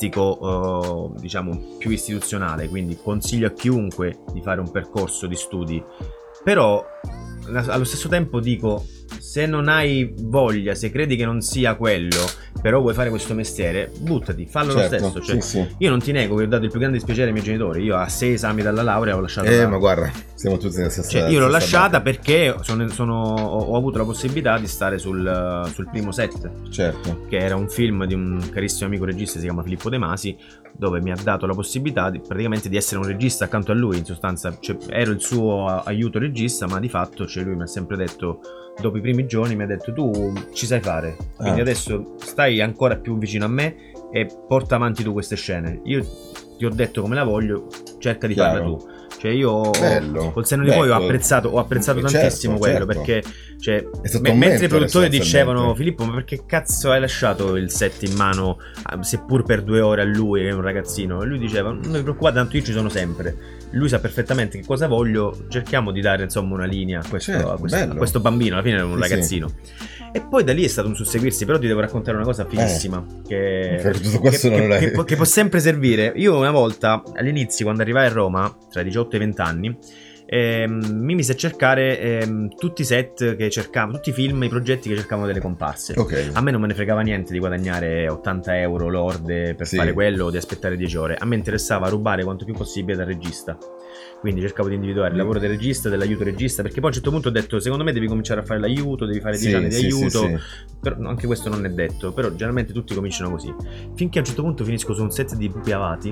artistico eh, diciamo più istituzionale, quindi consiglio a chiunque di fare un percorso di studi, però allo stesso tempo dico: se non hai voglia, se credi che non sia quello, però vuoi fare questo mestiere, buttati, fallo Certo, lo stesso. Cioè, sì, sì. io non ti nego che ho dato il più grande dispiacere ai miei genitori. Io a sei esami dalla laurea ho lasciato Eh, la- ma guarda, siamo tutti nella stessa. cioè, io l'ho stessa lasciata barca. perché sono, sono- ho, ho avuto la possibilità di stare sul, sul primo set, Certo. che era un film di un carissimo amico regista, si chiama Filippo De Masi, dove mi ha dato la possibilità di, praticamente di essere un regista accanto a lui. In sostanza, cioè, ero il suo aiuto regista, ma di fatto cioè, lui mi ha sempre detto, dopo i primi giorni mi ha detto: tu ci sai fare, quindi Ah. adesso stai ancora più vicino a me e porta avanti tu queste scene. Io ti ho detto come la voglio, cerca di Chiaro. farla tu. Cioè io Bello. col senno di poi ho Bello. apprezzato, ho apprezzato Certo, tantissimo quello, certo. perché cioè, È stato me- un mentre i mentore, produttori dicevano: sostanzialmente. Filippo, ma perché cazzo hai lasciato il set in mano, ah, seppur per due ore, a lui che è un ragazzino? E lui diceva: non vi preoccupate, tanto io ci sono sempre. Lui sa perfettamente che cosa voglio, cerchiamo di dare insomma una linea a questo, Certo, a questo, a bello. questo bambino, alla fine era un Sì, ragazzino. E poi da lì è stato un susseguirsi. Però ti devo raccontare una cosa fighissima che, Per tutto questo che, non che- l'hai- che può, che può sempre servire. Io una volta all'inizio, quando arrivai a Roma tra i diciotto e i venti anni, ehm, mi mise a cercare ehm, tutti i set che cercavo, tutti i film, i progetti che cercavano delle comparse. Ok. A me non me ne fregava niente di guadagnare ottanta euro lorde per Sì. fare quello o di aspettare dieci ore. A me interessava rubare quanto più possibile dal regista. Quindi cercavo di individuare il lavoro del regista, dell'aiuto regista, perché poi a un certo punto ho detto: secondo me devi cominciare a fare l'aiuto, devi fare dieci Sì, anni di sì, aiuto. sì, sì. Però no, anche questo non è detto, però generalmente tutti cominciano così. Finché a un certo punto finisco su un set di Pupi Avati,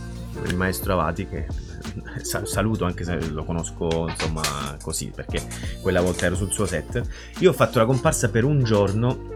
il maestro Avati, che sa- saluto anche se lo conosco insomma così, perché quella volta ero sul suo set. Io ho fatto la comparsa per un giorno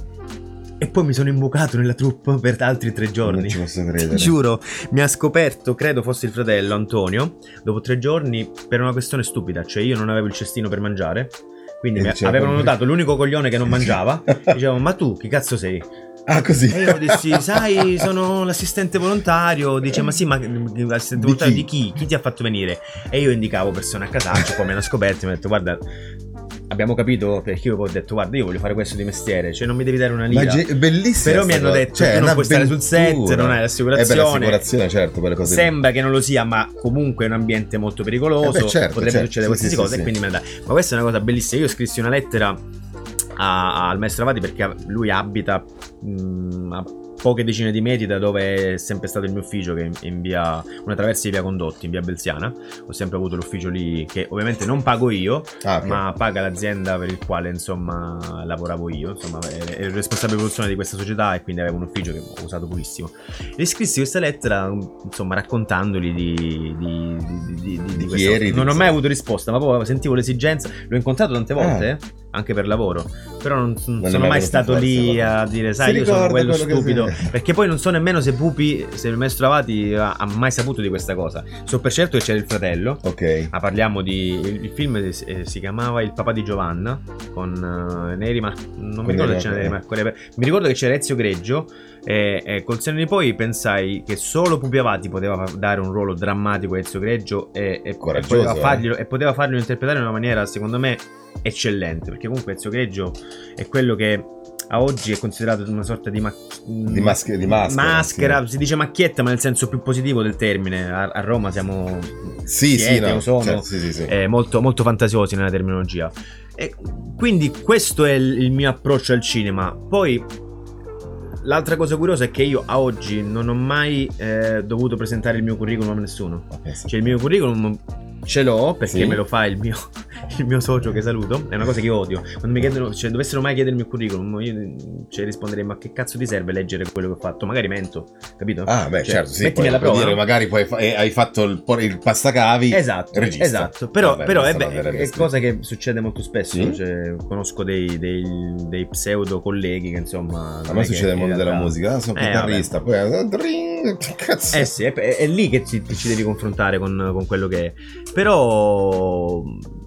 e poi mi sono imbucato nella troupe per altri tre giorni. Non ci posso credere. Ti giuro, mi ha scoperto, credo fosse il fratello Antonio, dopo tre giorni, per una questione stupida. Cioè io non avevo il cestino per mangiare, quindi E mi diceva, avevano "Come-" notato l'unico coglione che non mangiava. Dicevano: ma tu chi cazzo sei? Ah, così. E io dissi: sai, sono l'assistente volontario. Dice: ma sì, ma l'assistente Di volontario chi? di chi? Chi ti ha fatto venire? E io indicavo persone a casaccio. Poi mi hanno scoperto e mi hanno detto: guarda, abbiamo capito, perché io poi ho detto: guarda, io voglio fare questo di mestiere, cioè non mi devi dare una Ma lira. ge- bellissima. Però mi sta hanno cosa. detto: Cioè, tu è non puoi stare sul set, un'avventura. non hai Eh, l'assicurazione. beh, l'assicurazione, certo, quelle cose lì. Sembra che non lo sia, ma comunque è un ambiente molto pericoloso. Eh beh, certo, potrebbe certo, succedere sì, qualsiasi sì, cosa. sì, E quindi me la dai. Ma questa è una cosa bellissima. Io scrissi una lettera a- al maestro Avati, perché lui abita mh, a poche decine di metri da dove è sempre stato il mio ufficio, che è in via, una traversa di via Condotti, in via Belziana. Ho sempre avuto l'ufficio lì, che ovviamente non pago io, Ah, ok. ma paga l'azienda per il quale insomma lavoravo io. Insomma, ero il responsabile di produzione di questa società e quindi avevo un ufficio che ho usato purissimo. E scrissi questa lettera insomma raccontandogli di, di, di, di, di, di Di chi questa eri, cosa. Non di- ho mai avuto risposta, ma poi sentivo l'esigenza. L'ho incontrato tante volte, Ah. eh. anche per lavoro, però non, non, non sono mai, mai stato forza, lì guarda. a dire sai si io sono quello, quello stupido, perché poi non so nemmeno se Pupi, se il maestro Avati ha, ha mai saputo di questa cosa. So per certo che c'era il fratello, ok, ma parliamo di il, il film eh, si chiamava Il papà di Giovanna con uh, Neri Mar- non mi ricordo se c'era Neri Mar- mi ricordo che c'era Ezio Greggio e, e col senno di poi pensai che solo Pupi Avati poteva dare un ruolo drammatico a Ezio Greggio e, e, e, poteva farglielo, eh. e poteva farlo interpretare in una maniera secondo me eccellente, perché comunque Ezio Greggio è quello che a oggi è considerato una sorta di, ma- di, maschera, di maschera, maschera sì. Si dice macchietta ma nel senso più positivo del termine. A, a Roma siamo sì, siete, sì, no, sono certo, sì, sì, sì. Eh, molto, molto fantasiosi nella terminologia, e quindi questo è il, il mio approccio al cinema. Poi l'altra cosa curiosa è che io a oggi non ho mai eh, dovuto presentare il mio curriculum a nessuno. Cioè il mio curriculum ce l'ho perché sì? me lo fa il mio, il mio socio, che saluto. È una cosa che io odio. Quando mi chiedono, cioè dovessero mai chiedere il mio curriculum, io cioè, risponderei ma che cazzo ti serve leggere quello che ho fatto? Magari mento, capito? Ah beh, cioè, certo, sì, mettimi alla prova, dire, no? magari poi fa- hai fatto il, il passacavi. Esatto, regista. esatto. Però, Vabbè, però è, beh, è cosa che succede molto spesso. Sì? Cioè, conosco dei, dei, dei pseudo colleghi che insomma. A me succede nel mondo realtà... della musica, ah, sono eh, chitarrista, vabbè. poi cazzo. Eh sì, è, è, è lì che ti, ci devi confrontare con, con quello che è. Però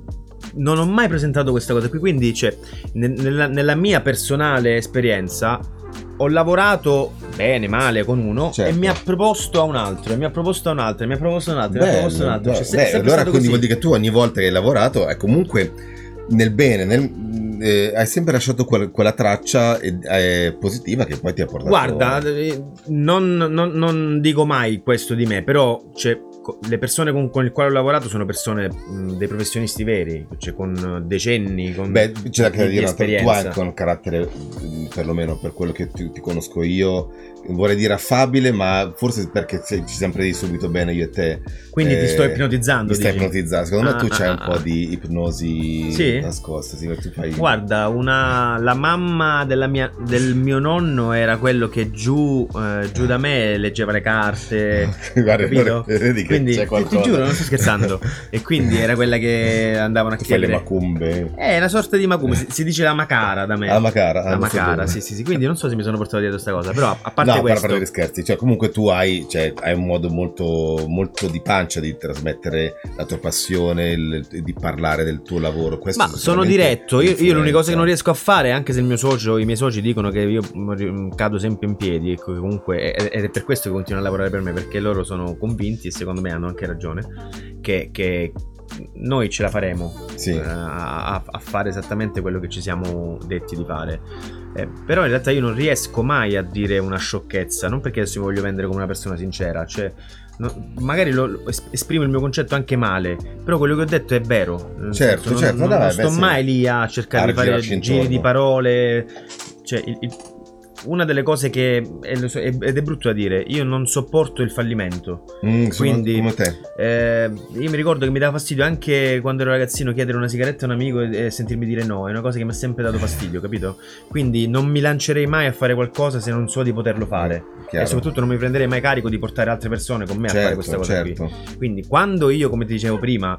non ho mai presentato questa cosa qui, quindi cioè, nella, nella mia personale esperienza ho lavorato bene, male con uno, certo, e mi ha proposto a un altro, e mi ha proposto a un altro, e mi ha proposto a un altro, e mi ha proposto a un altro. Cioè, beh, beh, allora quindi così. Vuol dire che tu ogni volta che hai lavorato è comunque nel bene, nel, eh, hai sempre lasciato quel, quella traccia eh, positiva che poi ti ha portato. Guarda, non, non, non dico mai questo di me, però cioè, le persone con, con le quali ho lavorato sono persone mh, dei professionisti veri, cioè con decenni, con beh, c'è da di, dire, di tu hai anche un carattere, perlomeno per quello che ti, ti conosco io, vorrei dire affabile, ma forse perché ci siamo presi subito bene io e te. Quindi eh, ti sto ipnotizzando. Ti stai dici? ipnotizzando. Secondo ah, me tu ah, c'hai ah, un po' di ipnosi sì? nascosta. Sì, tu fai... Guarda, una, la mamma della mia, del mio nonno era quello che giù, eh, giù da me leggeva le carte. Guarda, capito? Vedi che quindi c'è ti giuro, non sto scherzando. E quindi era quella che andavano a tu chiedere. Fai le macumbe. È una sorta di macumbe. Si, si dice la macara da me. La macara. La macara, sì, sì, sì. Quindi non so se mi sono portato dietro questa cosa. Però a parte no, questo. No, per scherzi. Cioè, comunque tu hai, cioè, hai un modo molto, molto di pancia di trasmettere la tua passione, il, di parlare del tuo lavoro. Questo ma sono diretto. Io, io l'unica cosa che non riesco a fare, anche se il mio socio, i miei soci dicono che io cado sempre in piedi, ecco, comunque, ed è per questo che continuano a lavorare per me, perché loro sono convinti, e secondo me hanno anche ragione, che, che noi ce la faremo, sì, eh, a, a fare esattamente quello che ci siamo detti di fare. Eh, però in realtà io non riesco mai a dire una sciocchezza, non perché adesso mi voglio vendere come una persona sincera, cioè no, magari lo, lo esprimo il mio concetto anche male, però quello che ho detto è vero. Certo, senso, certo, non, no, non beh, sto sì. mai lì a cercare a di fare giri intorno. Di parole, cioè il, il, una delle cose che è, ed è brutto da dire, io non sopporto il fallimento, mm, quindi come te. Eh, io mi ricordo che mi dava fastidio anche quando ero ragazzino chiedere una sigaretta a un amico e, e sentirmi dire no, è una cosa che mi ha sempre dato fastidio, capito? Quindi non mi lancerei mai a fare qualcosa se non so di poterlo fare, chiaro, e soprattutto non mi prenderei mai carico di portare altre persone con me, certo, a fare questa cosa, certo, qui. Quindi quando io, come ti dicevo prima,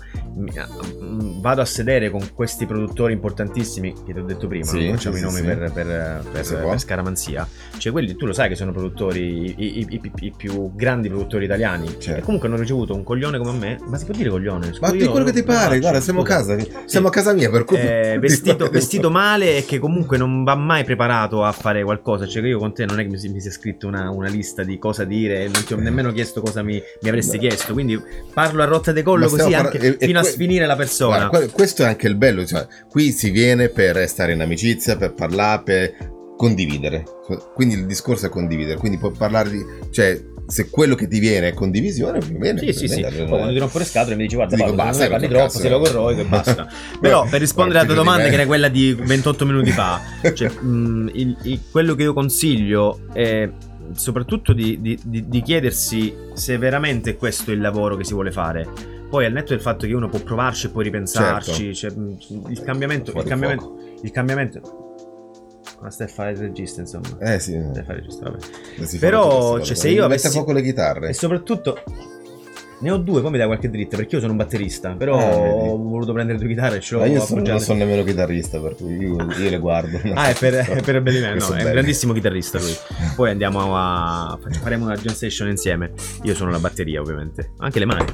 vado a sedere con questi produttori importantissimi che ti ho detto prima, sì, non facciamo sì, i nomi sì, per, per, per, per, per scaramanzia, cioè quelli tu lo sai che sono produttori i, i, i, i più grandi produttori italiani, certo, e comunque hanno ricevuto un coglione come me, ma si può dire coglione? Ma di quello che ti pare, guarda, siamo a casa, sì, siamo a casa mia, per cui eh, vestito, vestito male e che comunque non va mai preparato a fare qualcosa, cioè che io con te non è che mi, mi sia scritto una, una lista di cosa dire, non ti ho nemmeno chiesto cosa mi, mi avresti Beh. chiesto, quindi parlo a rotta di collo così par- anche e, fino e a que- sfinire la persona. Guarda, questo è anche il bello, cioè qui si viene per stare in amicizia, per parlare, per condividere, quindi il discorso è condividere, quindi puoi parlare di, cioè se quello che ti viene è condivisione, va bene, sì sì sì, poi quando ti rompo le scatole mi dici guarda dico, Paolo, basta, parli troppo, sei logorroico e basta. Però per rispondere alla tua domanda, che era quella di ventotto minuti fa, cioè mh, il, il, quello che io consiglio è soprattutto di, di, di, di chiedersi se veramente questo è il lavoro che si vuole fare. Poi al netto del fatto che uno può provarci e poi ripensarci, certo, cioè, il cambiamento, il cambiamento, il cambiamento ma stai a fare il regista, insomma. Eh sì. Stai a fare il regista, vabbè. Però, cioè, se io avessi mette a fuoco le chitarre. E soprattutto Ne ho due, poi mi dai qualche dritta, perché io sono un batterista, però Ah, vedi. ho voluto prendere due chitarre e ce l'ho Ma io sono, non appoggiate. sono nemmeno chitarrista, per cui io, io le guardo. Ah, è per, è per il bene di me. Questo No, è è un bello. grandissimo chitarrista lui. Poi andiamo a faremo una jam session insieme. Io sono la batteria, ovviamente, anche le mani.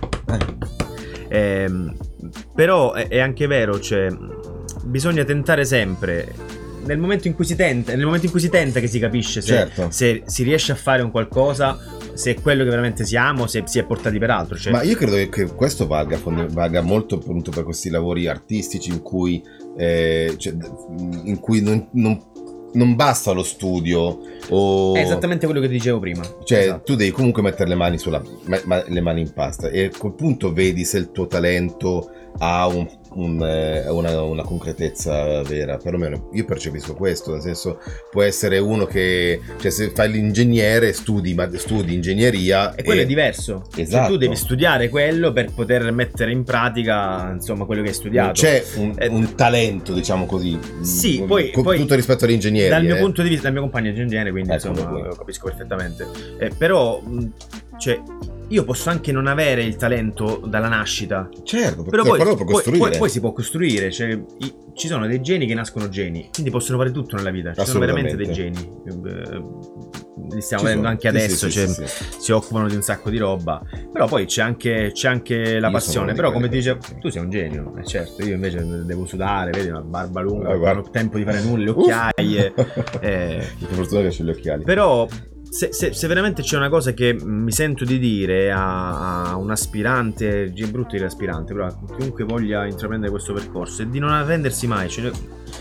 Ehm, però è, è anche vero, cioè bisogna tentare sempre. Nel momento in cui si tenta, nel momento in cui si tenta che si capisce se, Certo. se si riesce a fare un qualcosa, se è quello che veramente siamo, se si è portati per altro. Cioè, Ma io credo che questo valga, fonde- valga molto appunto per questi lavori artistici in cui, eh, cioè, in cui non, non, non basta lo studio o... è esattamente quello che dicevo prima. Cioè, Esatto. tu devi comunque mettere le mani sulla ma- ma- le mani in pasta e a quel punto vedi se il tuo talento ha un, un, eh, una, una concretezza vera. Perlomeno io percepisco questo, nel senso, può essere uno che, cioè, se fai l'ingegnere studi, ma studi ingegneria E quello e- è diverso. Cioè, Esatto. tu devi studiare quello per poter mettere in pratica, insomma, quello che hai studiato. non c'è un, Eh, un talento, diciamo così. Sì, Mm, poi- con poi tutto rispetto all'ingegnere. Dal mio eh. punto di vista, dal mio compagno di ingegnere, quindi Ecco, insomma quello. lo capisco perfettamente. Eh, però, mh, cioè, io posso anche non avere il talento dalla nascita. Certo, Però per poi, quello lo puoi poi, costruire. poi- poi si può costruire. Cioè, i- ci sono dei geni che nascono geni, quindi possono fare tutto nella vita. Ci sono veramente dei geni. Eh, li stiamo Ci vedendo sono. anche Sì, adesso. sì, cioè, sì, sì. si occupano di un sacco di roba. Però poi c'è anche, c'è anche la Io passione. sono Però uno di come ti quelli dicevo, che- tu sei un genio. Eh certo, io invece devo sudare, vedi, una barba lunga, Ah, non guarda. ho tempo di fare nulla, le occhiaie. eh, Per fortuna che c'ho gli occhiali. Però se, se- se veramente c'è una cosa che mi sento di dire a, a un aspirante, è brutto dire aspirante, però a chiunque voglia intraprendere questo percorso, è di non arrendersi mai. Cioè,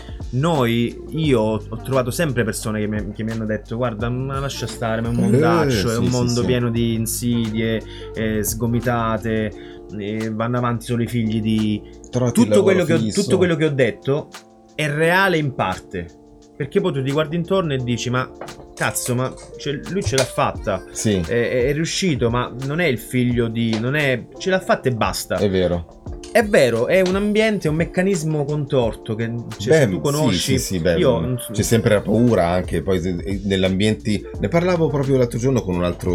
noi, io ho trovato sempre persone che mi, che mi hanno detto: guarda, ma lascia stare, ma è un Eh, mondaccio, è sì, un sì, mondo sì. pieno di insidie, eh, sgomitate, eh, vanno avanti solo i figli di... Trovati il Tutto quello, lavoro che ho, fisso. tutto quello che ho detto è reale in parte, perché poi tu ti guardi intorno e dici: ma cazzo, ma cioè, lui ce l'ha fatta, Sì, è, è riuscito, ma non è il figlio di... non è... ce l'ha fatta e basta. è vero. È vero, è un ambiente, un meccanismo contorto che cioè, se tu conosci. Sì, sì, sì, beh, io non so- c'è sempre la paura anche poi se- negli ambienti. Ne parlavo proprio l'altro giorno con un altro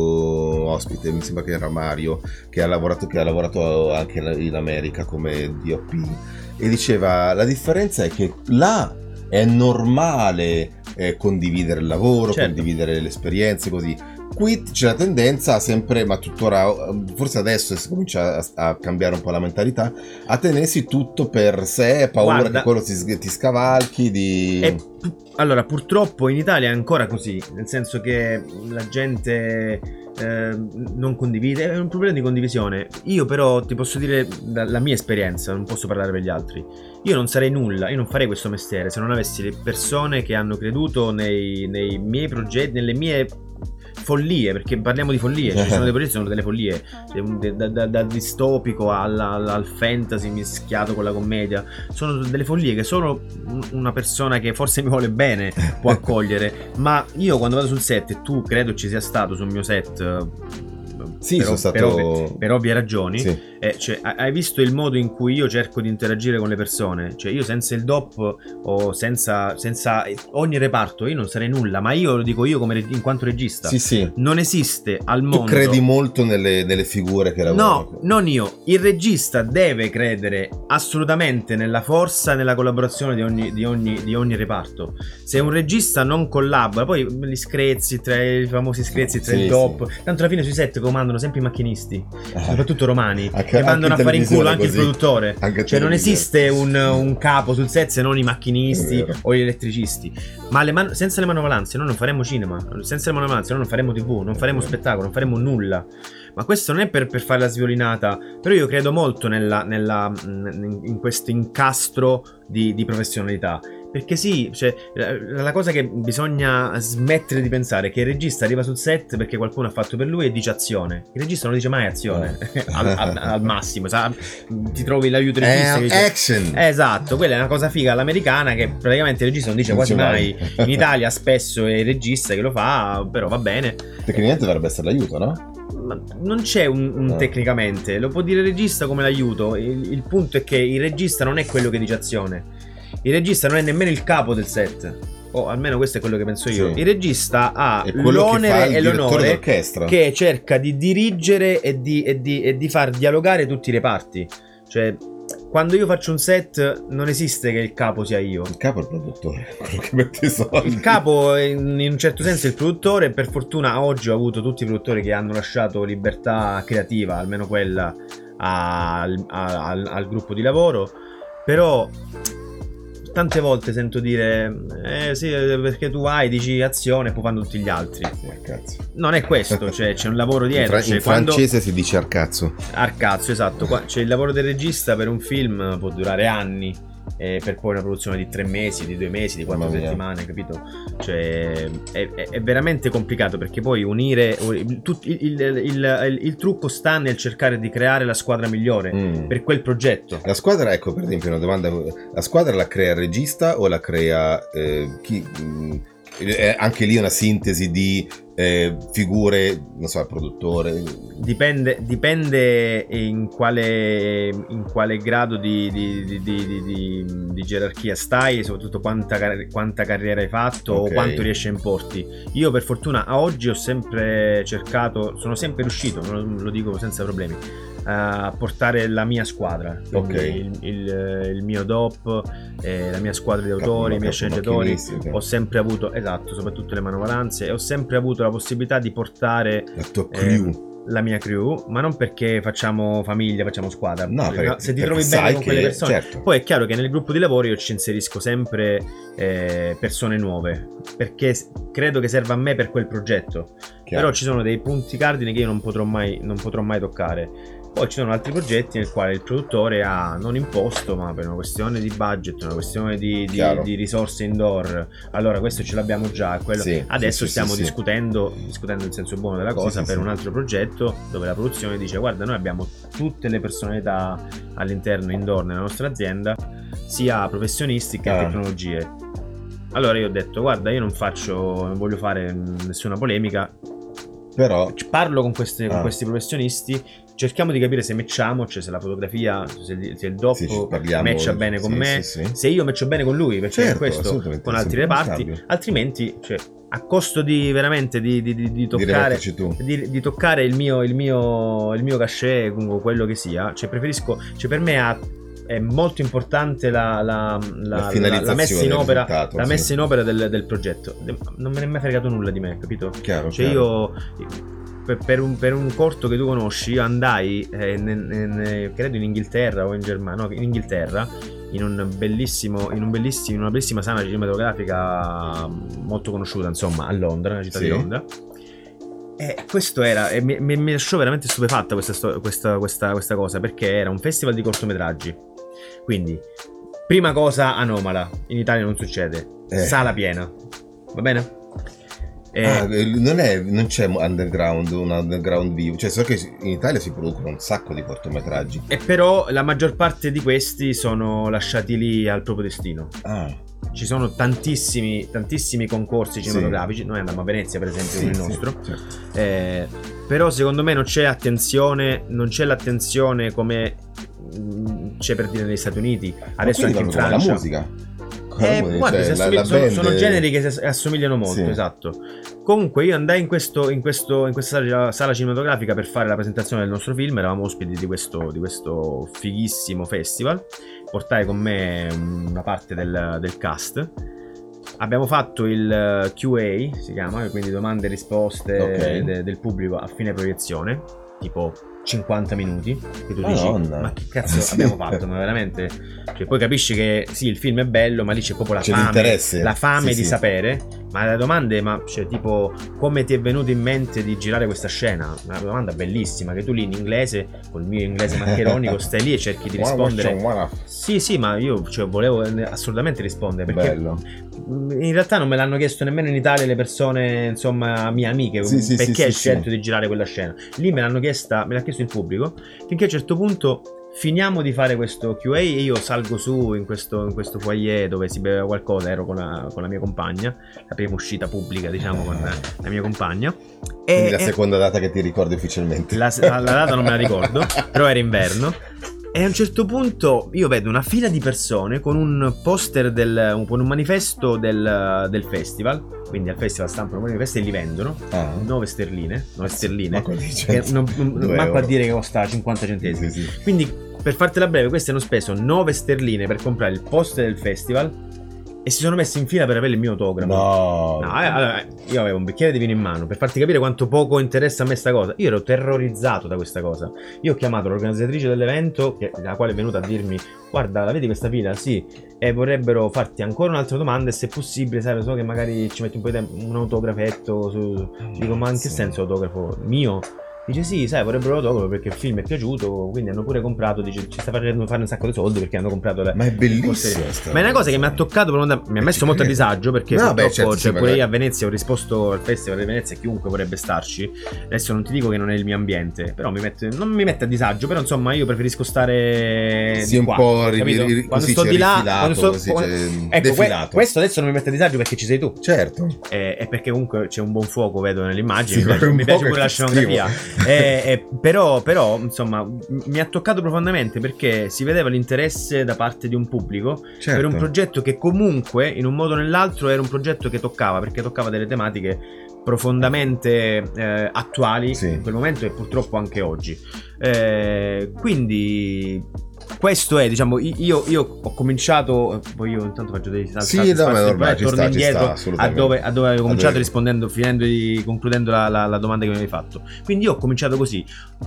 ospite, mi sembra che era Mario, che ha lavorato, che ha lavorato anche in America come D O P, e diceva: la differenza è che là è normale eh, condividere il lavoro, Certo. condividere le esperienze, così. Qui c'è la tendenza a sempre, ma tuttora, forse adesso si comincia a, a cambiare un po' la mentalità, a tenersi tutto per sé, paura Guarda, che quello ti, ti scavalchi, di... E pu- allora, purtroppo in Italia è ancora così, nel senso che la gente eh, non condivide, è un problema di condivisione. Io però ti posso dire dalla mia esperienza, non posso parlare per gli altri. Io non sarei nulla, io non farei questo mestiere se non avessi le persone che hanno creduto nei, nei miei progetti, nelle mie follie, perché parliamo di follie, ci sono dei progetti, sono delle follie, cioè, da, da, da distopico alla, alla- al fantasy mischiato con la commedia, sono delle follie che solo un- una persona che forse mi vuole bene può accogliere. Ma io quando vado sul set, e tu credo ci sia stato sul mio set, eh, Sì, per, sono ov- stato... per ovvie, per ovvie ragioni, Sì. eh, cioè, ha- hai visto il modo in cui io cerco di interagire con le persone? Cioè, io senza il D O P o senza, senza ogni reparto io non sarei nulla, ma io lo dico io come reg- in quanto regista. Sì, sì. Non esiste al mondo. Tu credi molto nelle, nelle figure che lavorano. No, non io. Il regista deve credere assolutamente nella forza e nella collaborazione di ogni, di, ogni, di ogni reparto. Se un regista non collabora, poi gli screzi, tra i famosi screzi tra Sì, il D O P, sì. tanto alla fine sui set comandano sempre i macchinisti, soprattutto romani, Anche- che mandano a anche in fare in culo televisione anche il così. produttore. Anche in Cioè non televisione. esiste un, un capo sul set se non i macchinisti È vero. o gli elettricisti. Ma le man- senza le manovalanze noi non faremo cinema, senza le manovalanze noi non faremo tivù, non faremo spettacolo, non faremo nulla. Ma questo non è per, per fare la sviolinata, però io credo molto nella, nella, in in questo incastro di, di professionalità. Perché sì, cioè, la, la cosa che bisogna smettere di pensare è che il regista arriva sul set perché qualcuno ha fatto per lui e dice azione. Il regista non dice mai azione, al, al- al massimo, sa? Ti trovi l'aiuto regista che È dice- action. Esatto, quella è una cosa figa all'americana che praticamente il regista non dice Non quasi dice mai. mai. In Italia spesso è il regista che lo fa, però va bene. Tecnicamente dovrebbe essere l'aiuto, no? Ma non c'è un, un No. tecnicamente, lo può dire il regista come l'aiuto. Il, il punto è che il regista non è quello che dice azione. Il regista non è nemmeno il capo del set. o almeno questo è quello che penso io, sì. il regista ha è quello l'onere che fa il e direttore l'onore d'orchestra, che cerca di dirigere e di, e, di, e di far dialogare tutti i reparti. Cioè, quando io faccio un set non esiste che il capo sia io. Il capo è il produttore, quello che mette i soldi. Il capo in, in un certo senso è il produttore. Per fortuna oggi ho avuto tutti i produttori che hanno lasciato libertà creativa, almeno quella al, al, al gruppo di lavoro. Però tante volte sento dire eh sì, perché tu vai, dici azione e poi fanno tutti gli altri. Eh, cazzo. Non è questo, cioè c'è un lavoro dietro. In, fra- cioè, in francese quando... si dice arcazzo. Arcazzo, esatto. Qua c'è il lavoro del regista per un film, può durare anni. Eh, per poi una produzione di tre mesi, di due mesi, di quattro settimane, capito? Cioè è, è, è veramente complicato, perché poi unire tut, il, il, il, il, il trucco sta nel cercare di creare la squadra migliore mm. per quel progetto. La squadra, ecco, per esempio una domanda, la squadra la crea il regista o la crea eh, chi? Mh, è anche lì una sintesi di eh, figure, non so, il produttore. Dipende, dipende in quale, in quale grado di, di, di, di, di, di gerarchia stai, soprattutto quanta, quanta carriera hai fatto, okay, o quanto riesci a importi. Io per fortuna a oggi ho sempre cercato, sono sempre riuscito, lo dico senza problemi, a portare la mia squadra, okay, il, il, il mio D O P, eh, la mia squadra di autori, i miei sceneggiatori. Okay. Ho sempre avuto, esatto, soprattutto le manovalanze, e ho sempre avuto la possibilità di portare la tua crew, eh, la mia crew, ma non perché facciamo famiglia, facciamo squadra. No, perché, se ti trovi bene con quelle persone, certo. Poi è chiaro che nel gruppo di lavoro io ci inserisco sempre eh, persone nuove, perché credo che serva a me per quel progetto. Chiaro. Però ci sono dei punti cardine che io non potrò mai, non potrò mai toccare. Poi ci sono altri progetti nel quale il produttore ha non imposto, ma per una questione di budget, una questione di, di, di risorse indoor, allora questo ce l'abbiamo già, quello. Sì, adesso sì, stiamo sì, discutendo sì. discutendo in senso buono della cosa, sì, per sì, un altro progetto dove la produzione dice: guarda, noi abbiamo tutte le personalità all'interno indoor nella nostra azienda, sia professionisti che ah. tecnologie. Allora io ho detto: guarda, io non faccio, non voglio fare nessuna polemica, però parlo con, queste, ah. con questi professionisti, cerchiamo di capire se matchiamo, cioè se la fotografia, se il, se il D O P sì, matcha bene con sì, me, sì, sì. se io matcho bene con lui, perché certo, questo con altri reparti, altrimenti, cioè, a costo di veramente di, di, di, di toccare di, di toccare il mio il mio il mio cachet, quello che sia, cioè preferisco, cioè per me ha è molto importante la, la, la, la, la messa in opera, la messa sì. in opera del, del progetto. Non me ne è mai fregato nulla di me, capito? Chiaro, cioè chiaro. io per, per, un, per un corto che tu conosci, io andai eh, in, in, credo in Inghilterra o in Germania, no, in Inghilterra, in un bellissimo, in un bellissimo, in una bellissima sala cinematografica molto conosciuta, insomma, a Londra, nella città sì. di Londra. E questo era, e mi, mi lasciò veramente stupefatta questa, questa, questa, questa cosa, perché era un festival di cortometraggi. Quindi, prima cosa anomala, in Italia non succede, eh. sala piena, va bene? E... Ah, non, è, non c'è underground, un underground vivo, cioè so che in Italia si producono un sacco di cortometraggi. E però la maggior parte di questi sono lasciati lì al proprio destino. Ah. Ci sono tantissimi, tantissimi concorsi cinematografici, sì. Noi andiamo a Venezia per esempio, sì, con il nostro, sì, certo. eh, però secondo me non c'è attenzione, non c'è l'attenzione come c'è per dire negli Stati Uniti, adesso anche in Francia. La musica. Eh, guarda, cioè, assomigli- la, la sono, sono generi che si assomigliano molto, sì. esatto. Comunque io andai in questo, in questo, in questa sala, sala cinematografica per fare la presentazione del nostro film. Eravamo ospiti di questo, di questo fighissimo festival. Portai con me una parte del, del cast. Abbiamo fatto il Q A, si chiama, quindi domande e risposte okay. de, del pubblico a fine proiezione, tipo cinquanta minuti, che tu dici Madonna. Ma che cazzo sì. abbiamo fatto, ma veramente, cioè, poi capisci che sì, il film è bello, ma lì c'è proprio la c'è fame la fame sì, di sì. sapere. Ma la domanda è, ma cioè, tipo, come ti è venuto in mente di girare questa scena? Una domanda bellissima, che tu lì in inglese, col mio inglese maccheronico, stai lì e cerchi di rispondere. Sì, sì, ma io cioè, volevo assolutamente rispondere, perché bello. In realtà non me l'hanno chiesto nemmeno in Italia le persone, insomma, mie amiche, sì, sì, perché sì, hai sì, scelto sì. di girare quella scena. Lì me l'hanno chiesta, me l'ha chiesto il pubblico, finché a un certo punto finiamo di fare questo Q A e io salgo su in questo, in questo foyer dove si beveva qualcosa, ero con la, con la mia compagna, la prima uscita pubblica, diciamo, con la, la mia compagna. Quindi e, la seconda data che ti ricordi ufficialmente? La, la, la data non me la ricordo, però era inverno. E a un certo punto io vedo una fila di persone con un poster del, con un manifesto del, del festival. Quindi al festival stampano un manifesto e li vendono Ah. nove sterline, nove sterline, Ma che non, non, manco a dire che costa cinquanta centesimi. Sì, sì. Quindi, per fartela breve, questi hanno speso nove sterline per comprare il poster del festival e si sono messi in fila per avere il mio autografo. No, No, eh, allora, io avevo un bicchiere di vino in mano per farti capire quanto poco interessa a me sta cosa. Io ero terrorizzato da questa cosa. Io ho chiamato l'organizzatrice dell'evento, che, la quale è venuta a dirmi: guarda, la vedi questa fila? Sì. E vorrebbero farti ancora un'altra domanda e se possibile, sai, lo so che magari ci metti un po' di tempo, un autografetto su... Dico, ma in che senso autografo? Mio? Dice sì, sai, vorrebbero l'autografo perché il film è piaciuto, quindi hanno pure comprato, dice ci sta facendo fare un sacco di soldi perché hanno comprato la... ma è bellissimo. Ma è una cosa che mi ha toccato, per mi ha messo molto a disagio perché no, purtroppo, beh, certo, cioè, sì, pure io magari. a Venezia ho risposto al Festival di Venezia e chiunque vorrebbe starci. Adesso non ti dico che non è il mio ambiente, però mi mette, non mi mette a disagio, però insomma io preferisco stare Sì, di un qua, po' ri- capito? ri- Quando così sto c'è di là, rifilato, quando sto, così quando- c'è ecco, que- defilato. questo adesso non mi mette a disagio perché ci sei tu. Certo. Eh, è perché comunque c'è un buon fuoco, vedo nelle immagini. Sì, mi piace, un mi piace po' pure la che scenografia. Eh, eh, però, però, insomma, m- mi ha toccato profondamente perché si vedeva l'interesse da parte di un pubblico Certo. per un progetto che comunque, in un modo o nell'altro, era un progetto che toccava, perché toccava delle tematiche profondamente eh, attuali Sì. in quel momento e purtroppo anche oggi. Eh, quindi questo è, diciamo, io, io ho cominciato, poi io intanto faccio dei salti, Sì, salti, no, spazi, ma e ormai poi ci torno sta, ci indietro sta, a assolutamente. dove, a dove avevo cominciato dove- rispondendo, finendo di, concludendo la, la, la domanda che mi avevi fatto. Quindi io ho cominciato così.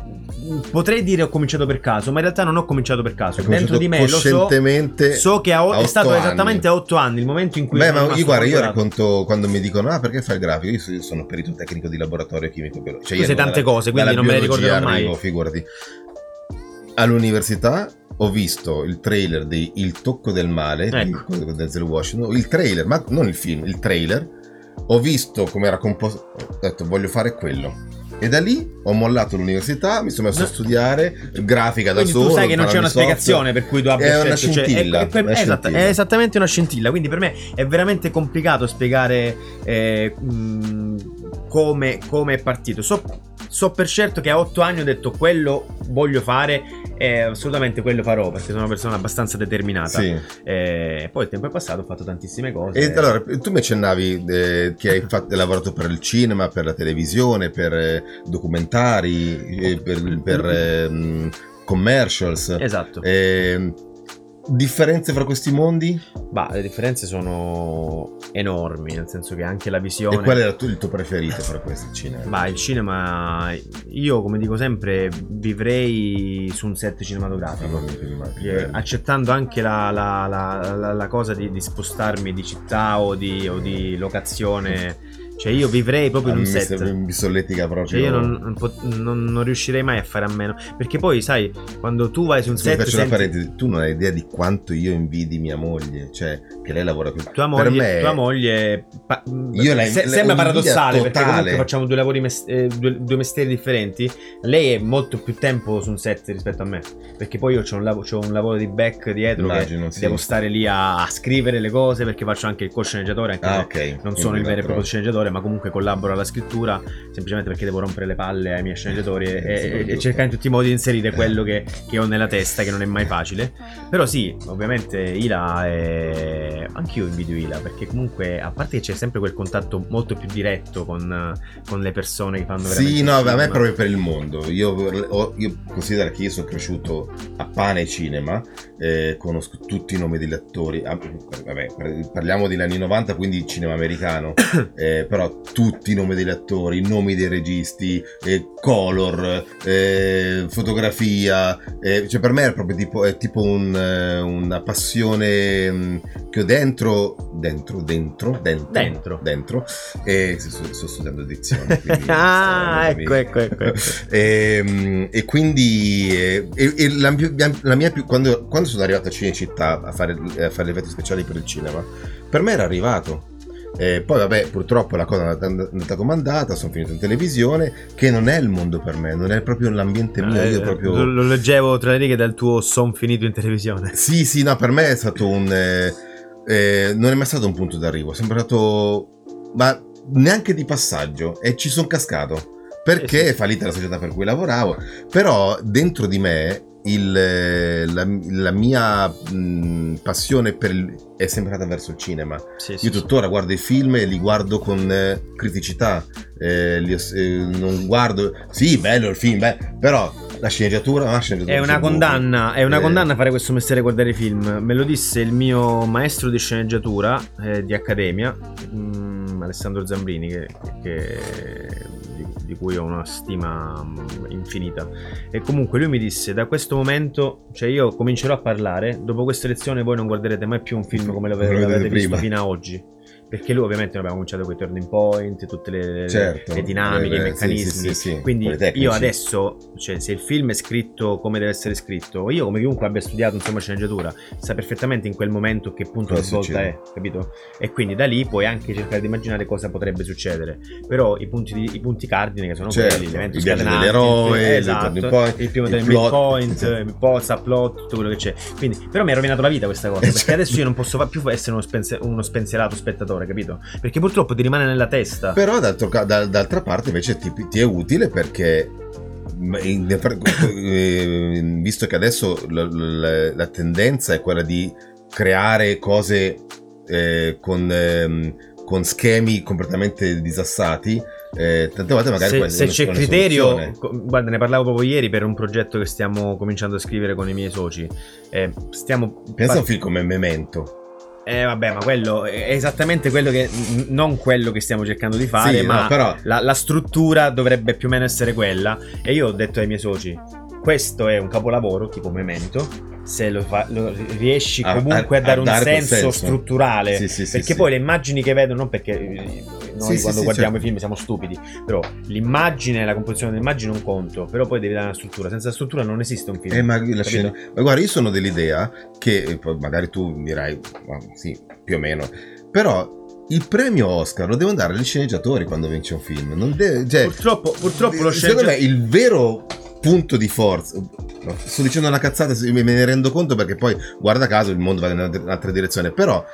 Potrei dire ho cominciato per caso, ma in realtà non ho cominciato per caso. Hai Dentro di me lo so, coscientemente so che a- a è otto stato anni. esattamente a otto anni il momento in cui Beh, sono ma io rimasto guarda, io folgorato. racconto quando mi dicono ah perché fai il grafico, io so- io sono perito tecnico di laboratorio chimico biologico, cioè Tu io sai dalla- tante cose, quindi dalla non me le biologia ricorderò mai. arrivo, figurati. All'università ho visto il trailer di Il tocco del male Ecco. di Denzel Washington, il trailer, ma non il film, il trailer. Ho visto come era composto, ho detto voglio fare quello. E da lì ho mollato l'università, mi sono messo No. a studiare grafica da Quindi solo. tu sai che non c'è una imparare spiegazione software. per cui tu abbia È una scelto, cioè, scintilla, è, è- una esatto, scintilla. è esattamente una scintilla. Quindi per me è veramente complicato spiegare eh, mh, come, come è partito. So, so per certo che a otto anni ho detto quello voglio fare e assolutamente quello farò perché sono una persona abbastanza determinata. Sì. E poi il tempo è passato, ho fatto tantissime cose. E allora, tu mi accennavi eh, che hai, fatto, hai lavorato per il cinema, per la televisione, per eh, documentari, eh, per, per eh, commercials. Esatto. Eh, differenze fra questi mondi? Bah, le differenze sono enormi, nel senso che anche la visione. E qual era tu, il tuo preferito fra questi cinema? Ma il cinema, io come dico sempre, vivrei su un set cinematografico, eh, accettando anche la, la, la, la, la cosa di, di spostarmi di città o di, o di locazione. Cioè io vivrei proprio in un set. Mi solletica proprio. Cioè io non, non, pot- non, non riuscirei mai a fare a meno. Perché poi sai, quando tu vai su un Se mi set faccio una senti- parentesi, tu non hai idea di quanto io invidi mia moglie, cioè che lei lavora più. Tua per moglie, me tua moglie pa- Io la- se- la- sembra un'invidia paradossale perché totale. comunque facciamo due lavori mes- eh, due, due mestieri differenti. Lei è molto più tempo su un set rispetto a me, perché poi io c'ho un, lav- c'ho un lavoro di back dietro Immagino, che sì. devo stare lì a, a scrivere le cose perché faccio anche il co-sceneggiatore, anche Ah, se ok. non sono il Quindi vero e proprio però- sceneggiatore, ma comunque collaboro alla scrittura semplicemente perché devo rompere le palle ai miei sceneggiatori e, Eh, sì, e- giusto. e cercare in tutti i modi di inserire Eh. quello che, che ho nella testa, che non è mai facile. Però sì, ovviamente Ila è... anch'io invidio Ila perché comunque, a parte che c'è sempre quel contatto molto più diretto con, con le persone che fanno veramente Sì, il no, a me cinema. è proprio per il mondo. Io, ho- io considero che io sono cresciuto a pane e cinema, eh, conosco tutti i nomi degli attori. Ah, vabbè, par- parliamo degli anni novanta, quindi cinema americano, eh, però tutti i nomi degli attori, i nomi dei registi, eh, color, eh, fotografia. eh, cioè per me è proprio tipo, è tipo un, eh, una passione mh, che ho dentro, dentro, dentro, dentro, Dentro. dentro. E sto, sto studiando dizione. quindi Ah, sto- ecco, ecco, ecco, ecco. e, e quindi eh, e, e la, più- la mia più quando, quando sono arrivato a Cinecittà a fare, a fare gli effetti speciali per il cinema, per me era arrivato. Eh, poi vabbè, purtroppo la cosa è andata- è andata comandata, sono finito in televisione, che non è il mondo per me, non è proprio l'ambiente mio, Eh, io proprio... lo, lo leggevo tra le righe dal tuo son finito in televisione. Sì, sì, no, per me è stato un... eh, eh, non è mai stato un punto d'arrivo, è sempre stato... ma neanche di passaggio, e ci sono cascato. Perché Eh sì. è fallita la società per cui lavoravo, però dentro di me il, la, la mia mh, passione per il, è sempre andata verso il cinema. Sì, Io sì, tuttora guardo i film e li guardo con eh, criticità, eh, li, eh, non guardo, sì, bello il film, beh, però la sceneggiatura, la sceneggiatura è una condanna, è una eh, condanna fare questo mestiere, guardare i film. Me lo disse il mio maestro di sceneggiatura eh, di accademia, mh, Alessandro Zambrini, che, che di, di cui ho una stima infinita. E comunque lui mi disse: da questo momento, cioè io comincerò a parlare, dopo questa lezione voi non guarderete mai più un film come l'avete, l'avete visto prima. Fino a oggi. Perché lui ovviamente noi abbiamo cominciato con i turning point, tutte le, certo, le dinamiche, eh, i meccanismi. Sì, sì, sì, sì. Quindi io adesso, cioè, se il film è scritto come deve essere scritto, io come chiunque abbia studiato insomma sceneggiatura, sa perfettamente in quel momento che punto di svolta è, capito? E quindi da lì puoi anche cercare di immaginare cosa potrebbe succedere. Però i punti, di, i punti cardine che sono certo, quelli, l'evento il viaggio scatenante, dell'eroe, esatto, il, point, il primo il del plot, midpoint, sì. il post, plot, tutto quello che c'è. Quindi, però mi ha rovinato la vita questa cosa, perché certo. adesso io non posso più essere uno, spense, uno spensierato spettatore, capito? Perché purtroppo ti rimane nella testa. Però d'altro, da, d'altra parte invece ti, ti è utile perché in, in, visto che adesso la, la, la tendenza è quella di creare cose eh, con, eh, con schemi completamente disassati, eh, tante volte magari se, se c'è criterio soluzione. Guarda, ne parlavo proprio ieri per un progetto che stiamo cominciando a scrivere con i miei soci. eh, stiamo pensa pa- a un film come Memento. Eh vabbè, ma quello è esattamente quello che non quello che stiamo cercando di fare, sì, ma no, però... la, la struttura dovrebbe più o meno essere quella. E io ho detto ai miei soci: questo è un capolavoro tipo Memento, se lo, fa, lo riesci comunque a, a, a dare un dare senso, senso strutturale, sì, sì, perché sì, poi sì. le immagini che vedo, non perché noi sì, quando sì, guardiamo certo. i film siamo stupidi, però l'immagine, la composizione dell'immagine un conto, però poi devi dare una struttura. Senza struttura non esiste un film. Eh, ma, la scena... ma guarda, io sono dell'idea che magari tu dirai ma, sì, più o meno, però il premio Oscar lo devo andare agli sceneggiatori quando vince un film. Non deve, cioè, purtroppo, purtroppo lo secondo me il vero punto di forza, no, sto dicendo una cazzata, me ne rendo conto perché poi guarda caso il mondo va in un'altra direzione, però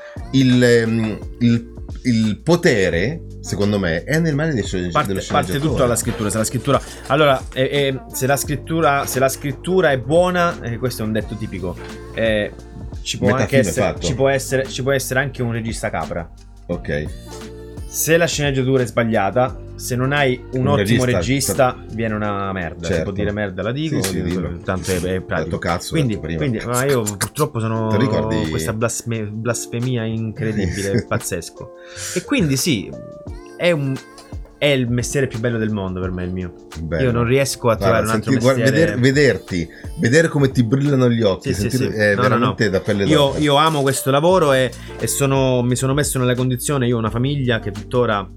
il, il, il potere secondo me è nel mano dello sceneggiatore. Parte tutto dalla scrittura. Se la scrittura allora eh, eh, se la scrittura se la scrittura è buona, eh, questo è un detto tipico, eh, ci può anche essere ci può essere ci può essere anche un regista capra. Ok. Se la sceneggiatura è sbagliata, se non hai un, un ottimo regista, regista viene una merda. Certo. Si può dire merda, la dico, sì, sì, tanto è, è pratico. Cazzo, quindi, quindi ma io purtroppo sono ricordi... questa blasfemia, blasfemia incredibile, pazzesco. E quindi sì, è un è il mestiere più bello del mondo per me, il mio. Bello. Io non riesco a trovare guarda, un altro senti, mestiere. Guarda, veder, vederti, vedere come ti brillano gli occhi, sì, sentire, sì, sì. è no, veramente no, no. da pelle io, d'oca. Io amo questo lavoro e, e sono, mi sono messo nella condizione, io ho una famiglia che tuttora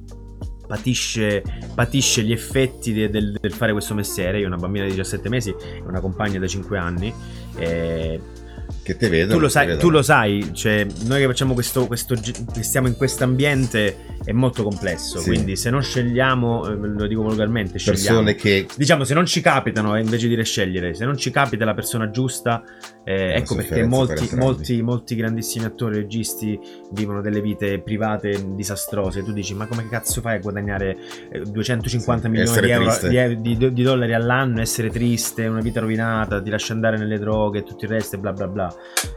patisce, patisce gli effetti de, del, del fare questo mestiere. Io ho una bambina di diciassette mesi e una compagna da cinque anni. E che te vedo, tu lo sai, tu lo sai, cioè noi che facciamo questo, questo che stiamo in questo ambiente è molto complesso, sì. Quindi se non scegliamo, lo dico volgarmente, scegliamo persone che diciamo se non ci capitano, invece di scegliere, se non ci capita la persona giusta, eh, ecco perché molti, molti, molti grandissimi attori, registi vivono delle vite private disastrose. Tu dici: ma come cazzo fai a guadagnare duecentocinquanta sì, milioni di, euro, di, di, di dollari all'anno, essere triste, una vita rovinata, ti lasci andare nelle droghe e tutto il resto e bla bla bla.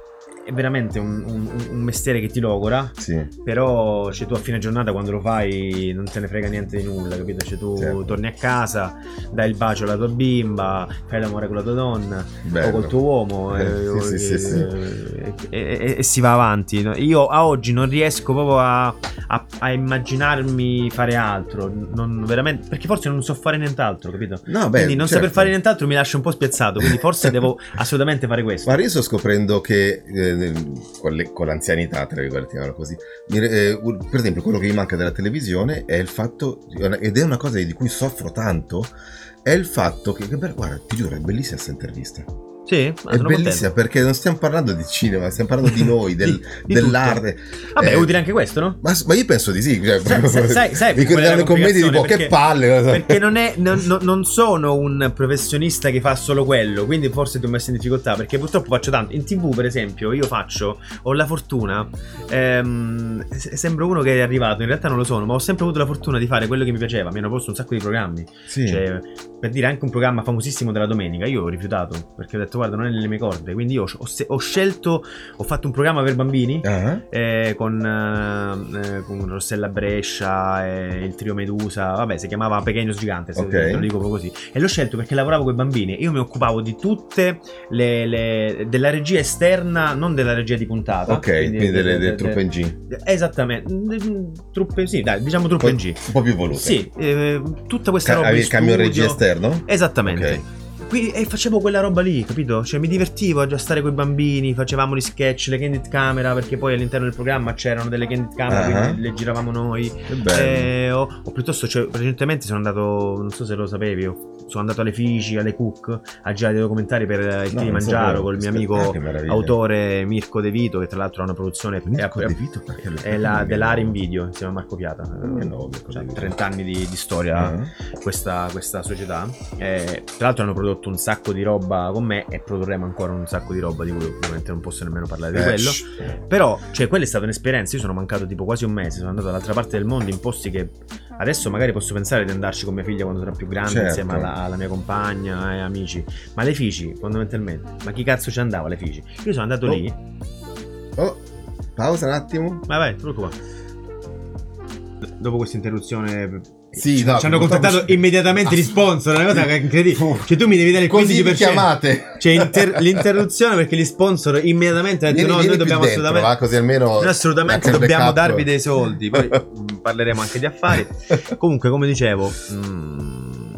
È veramente un, un, un mestiere che ti logora, sì. Però cioè, tu a fine giornata quando lo fai non te ne frega niente di nulla, capito? Cioè, tu certo. torni a casa, dai il bacio alla tua bimba, fai l'amore con la tua donna Bello. o col tuo uomo eh, e, sì, e, sì, sì, e, e, e, e si va avanti. Io a oggi non riesco proprio a, a, a immaginarmi fare altro, non, veramente, perché forse non so fare nient'altro, capito? No, beh, quindi non certo. saper fare nient'altro mi lascia un po' spiazzato, quindi forse devo assolutamente fare questo. Ma io sto scoprendo che eh, Con, le, con l'anzianità, tra virgolette, così. Eh, per esempio, quello che mi manca della televisione è il fatto, ed è una cosa di cui soffro tanto, è il fatto che, che guarda, ti giuro, è bellissima questa intervista. Sì, è bellissima contento. Perché non stiamo parlando di cinema, stiamo parlando di noi, del, di, di dell'arte. Vabbè, eh, è utile anche questo, no? Ma, ma io penso di sì. Cioè, sai, sai, sai mi credono nei commenti tipo perché, che palle. Perché non, è, non, non sono un professionista che fa solo quello, quindi forse ti ho messo in difficoltà, perché purtroppo faccio tanto. In tivù, per esempio, io faccio, ho la fortuna, ehm, sembro uno che è arrivato, in realtà non lo sono, ma ho sempre avuto la fortuna di fare quello che mi piaceva. Mi hanno posto un sacco di programmi. Sì. Cioè, per dire, anche un programma famosissimo della domenica, io ho rifiutato, perché ho detto detto guarda non è nelle mie corde, quindi io ho, ho, ho scelto, ho fatto un programma per bambini uh-huh. eh, con, eh, con Rossella Brescia e il trio Medusa, vabbè si chiamava Pequeños Gigantes, okay. Lo dico proprio così, e l'ho scelto perché lavoravo con i bambini, io mi occupavo di tutte le, le della regia esterna, non della regia di puntata, ok, quindi, quindi delle, delle, delle truppe in G, esattamente, truppe, sì dai, diciamo truppe in G un po' più volute, sì, eh, tutta questa Ca- roba avevi il cambio regia esterno? Esattamente, okay. Qui, e facevo quella roba lì, capito? Cioè mi divertivo a già stare con i bambini, facevamo gli sketch, le candid camera, perché poi all'interno del programma c'erano delle candid camera, uh-huh. quindi le giravamo noi. E, o, o piuttosto, cioè, recentemente sono andato, non so se lo sapevi, sono andato alle Figi, alle Cook, a girare dei documentari per il no, Kilimangiaro col mio amico ah, autore Mirko De Vito, che tra l'altro ha una produzione Mirko è, De Vito, è la, dell'Arin Video insieme a Marco Piata, no, cioè, trenta anni di, di storia uh-huh. questa, questa società, e, tra l'altro hanno prodotto un sacco di roba con me e produrremo ancora un sacco di roba di cui ovviamente non posso nemmeno parlare di quello, però cioè quella è stata un'esperienza. Io sono mancato tipo quasi un mese, sono andato dall'altra parte del mondo in posti che adesso magari posso pensare di andarci con mia figlia quando sarà più grande, certo. insieme alla, alla mia compagna e amici, ma le Figi fondamentalmente, ma chi cazzo ci andava alle Figi? Io sono andato oh. lì oh pausa un attimo, vai vai, tu qua. Dopo questa interruzione sì, ci, no, ci hanno contattato stavo... immediatamente gli sponsor, una cosa che è incredibile. Cioè tu mi devi dare il quindici per cento. Chiamate. Cioè inter- l'interruzione perché gli sponsor immediatamente hanno detto no, noi dobbiamo dentro, assolutamente va, così almeno noi assolutamente dobbiamo darvi dei soldi. Poi parleremo anche di affari. Comunque, come dicevo, mh,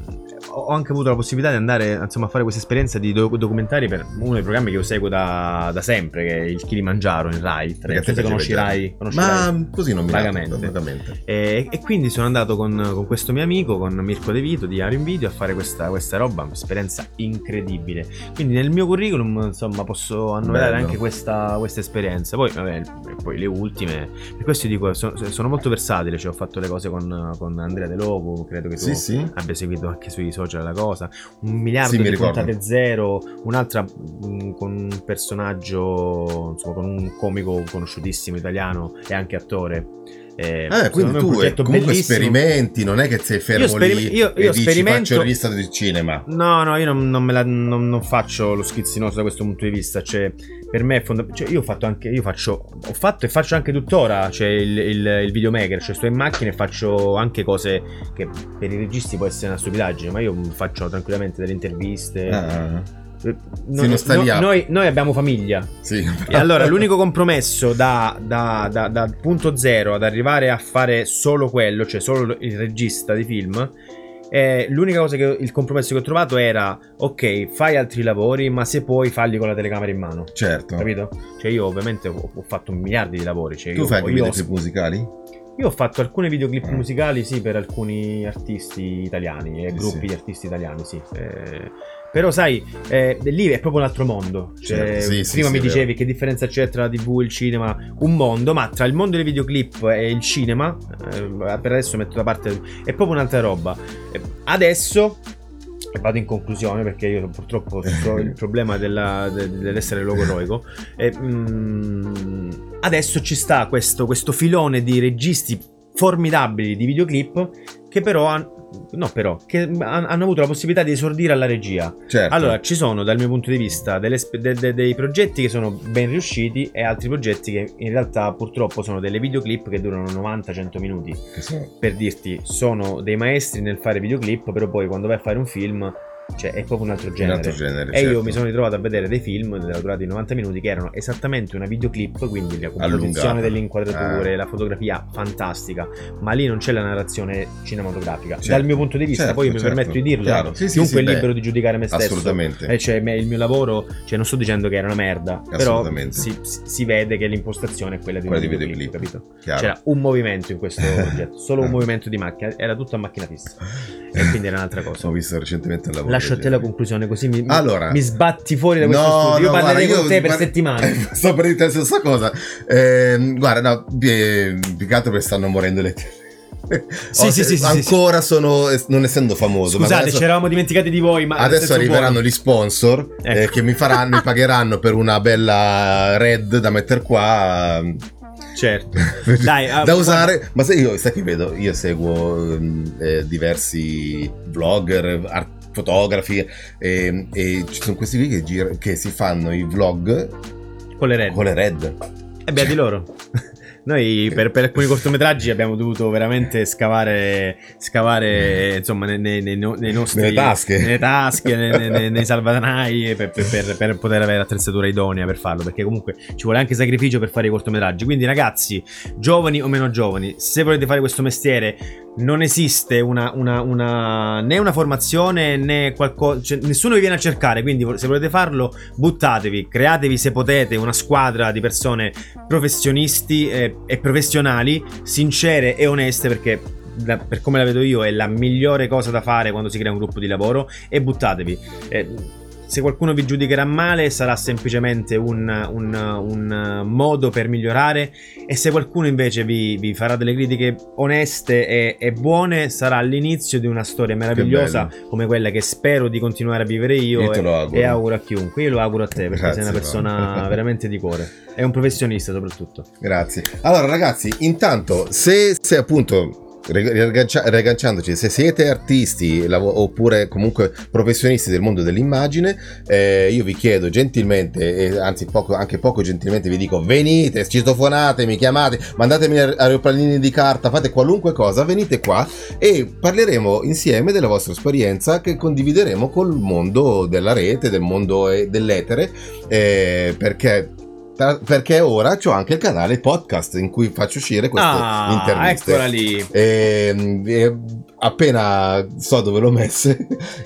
ho anche avuto la possibilità di andare insomma a fare questa esperienza di doc- documentari per uno dei programmi che io seguo da, da sempre, che è il Kilimangiaro in Rai. Non so se conosci Rai, conosci ma Rai? Così non mi vagamente. E, e quindi sono andato con, con questo mio amico, con Mirko De Vito di Arin Video, a fare questa, questa roba, un'esperienza incredibile. Quindi nel mio curriculum insomma posso annoverare Bello. anche questa, questa esperienza. Poi vabbè, poi le ultime, per questo dico sono, sono molto versatile, cioè ho fatto le cose con, con Andrea De Logo, credo che tu sì, sì. abbia seguito anche sui social la cosa, un miliardo sì, di puntate zero, un'altra mh, con un personaggio, insomma con un comico conosciutissimo italiano e anche attore. Eh, eh quindi tu è, comunque bellissimo. Sperimenti, non è che sei fermo io sperim- lì io, io e dici faccio il regista del cinema. No, no, io non, non, me la, non, non faccio lo schizzinoso da questo punto di vista, cioè per me è fondamentale, cioè, io ho fatto anche, io faccio, ho fatto e faccio anche tuttora, cioè il, il, il videomaker, cioè sto in macchina e faccio anche cose che per i registi può essere una stupidaggine, ma io faccio tranquillamente delle interviste. Ah. Noi, no, noi, noi abbiamo famiglia sì. E allora l'unico compromesso da, da, da, da punto zero ad arrivare a fare solo quello, cioè solo il regista di film, eh, l'unica cosa che il compromesso che ho trovato era ok, fai altri lavori ma se puoi falli con la telecamera in mano, certo, capito? Cioè io ovviamente ho, ho fatto un miliardo di lavori, cioè tu io, fai anche videoclip ho... musicali? Io ho fatto alcuni videoclip mm. musicali sì per alcuni artisti italiani e gruppi sì. di artisti italiani sì eh, però sai, eh, lì è proprio un altro mondo, cioè, certo, sì, prima sì, mi sì, dicevi che differenza c'è tra la tivù e il cinema, un mondo, ma tra il mondo dei videoclip e il cinema, eh, per adesso metto da parte, è proprio un'altra roba. Eh, adesso, e vado in conclusione perché io purtroppo ho il problema della, de, dell'essere logoroico, eh, mh, adesso ci sta questo, questo filone di registi formidabili di videoclip che però hanno No, però, che hanno avuto la possibilità di esordire alla regia. Certo. Allora, ci sono, dal mio punto di vista, delle, de, de, dei progetti che sono ben riusciti e altri progetti che in realtà purtroppo sono delle videoclip che durano novanta cento minuti. Sì. Per dirti, sono dei maestri nel fare videoclip, però poi quando vai a fare un film... Cioè è proprio un altro genere, un altro genere e certo. io mi sono ritrovato a vedere dei film della durata di novanta minuti che erano esattamente una videoclip, quindi la composizione delle inquadrature, ah. la fotografia fantastica, ma lì non c'è la narrazione cinematografica, certo. dal mio punto di vista, certo, poi io certo. mi permetto di dirlo, sì, chiunque sì, sì, è libero beh, di giudicare me stesso, assolutamente, eh, cioè il mio lavoro, cioè non sto dicendo che era una merda, però si, si vede che l'impostazione è quella di un quella videoclip, di capito? Chiaro. C'era un movimento in questo oggetto, solo un movimento di macchina, era tutto a macchina fissa e quindi era un'altra cosa. Ho visto recentemente il lavoro. Lascio a te la conclusione, così mi, allora, mi sbatti fuori da questo no, studio. Io no, parlerei guarda, con te io, per guarda, settimane. Sto per dire la stessa cosa. Eh, guarda, no, più che altro perché stanno morendo le sì, sì, sì, ancora sì, sono non essendo famoso. Scusate, adesso, ci eravamo dimenticati di voi, ma adesso arriveranno buono. Gli sponsor ecco. eh, che mi faranno, mi pagheranno per una bella red da mettere qua. Certo. Dai, da uh, usare guarda. Ma sai io sai che vedo io seguo eh, diversi vlogger art- fotografi e, e ci sono questi qui che, gir- che si fanno i vlog con le red. Con le red. E beh, di loro. Noi per, per alcuni cortometraggi abbiamo dovuto veramente scavare, scavare insomma nei, nei, nei, nei nostri nelle tasche, nelle tasche nei, nei, nei salvadanai per, per, per, per poter avere l'attrezzatura idonea per farlo, perché comunque ci vuole anche sacrificio per fare i cortometraggi. Quindi ragazzi, giovani o meno giovani, se volete fare questo mestiere non esiste una, una, una né una formazione né qualcosa, cioè, nessuno vi viene a cercare, quindi se volete farlo buttatevi, createvi se potete una squadra di persone professionisti eh, e professionali, sincere e oneste, perché da, per come la vedo io è la migliore cosa da fare quando si crea un gruppo di lavoro, e buttatevi. eh, Se qualcuno vi giudicherà male sarà semplicemente un, un, un modo per migliorare, e se qualcuno invece vi, vi farà delle critiche oneste e, e buone sarà l'inizio di una storia meravigliosa come quella che spero di continuare a vivere io, io te lo e, auguro. e auguro a chiunque. Io lo auguro a te perché Grazie, sei una persona no. veramente di cuore e un professionista soprattutto. Grazie. Allora ragazzi, intanto se, se appunto Riaggancia- riagganciandoci, se siete artisti lav- oppure comunque professionisti del mondo dell'immagine, eh, io vi chiedo gentilmente, e anzi poco, anche poco gentilmente vi dico: venite, citofonatemi, chiamate, mandatemi aeroplanini di carta, fate qualunque cosa, venite qua e parleremo insieme della vostra esperienza che condivideremo col mondo della rete, del mondo eh, dell'etere, eh, perché perché ora c'ho anche il canale podcast in cui faccio uscire queste ah, interviste. Eccola lì. E, e appena so dove l'ho messe.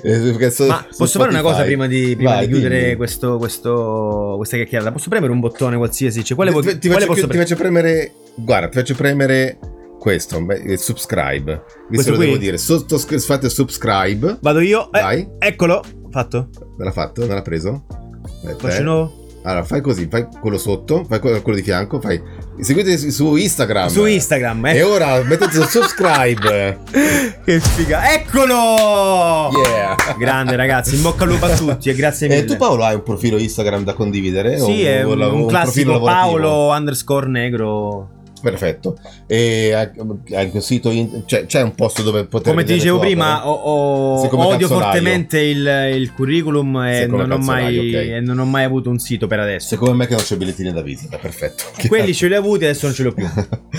So, Ma posso fare una cosa prima di, prima Vai, di chiudere dimmi. questo, questo, questa chiacchierata? Posso premere un bottone qualsiasi? Cioè, quale, ti, ti, quale faccio, posso ti pre- faccio premere. Guarda, ti faccio premere questo, il subscribe. Visto lo qui? devo dire. Sottoscri- fate subscribe. Vado io. Eh, Vai. Eccolo. Fatto. Me l'ha fatto? Me l'ha preso? Aspetta, Faccio eh. nuovo. Allora, fai così, fai quello sotto, fai quello di fianco, fai. Seguite su Instagram. Su Instagram, eh. E ora mettete su subscribe. Che figa. Eccolo! Yeah. Grande ragazzi, in bocca al lupo a tutti e grazie mille. E tu Paolo hai un profilo Instagram da condividere? Sì, o, è o un, la- un un classico profilo lavorativo? Paolo underscore negro. Perfetto. E hai hai un sito, in- cioè, c'è un posto dove poter Come ti vedere dicevo le tue prima, opere? ho, ho- Sei come odio calzolaio. fortemente il, il curriculum e Sei come non, ho mai, calzolaio, ok. e non ho mai avuto un sito per adesso. Secondo me che non c'è bigliettini da visita, perfetto. Quelli ce li ho avuti, adesso non ce li ho più.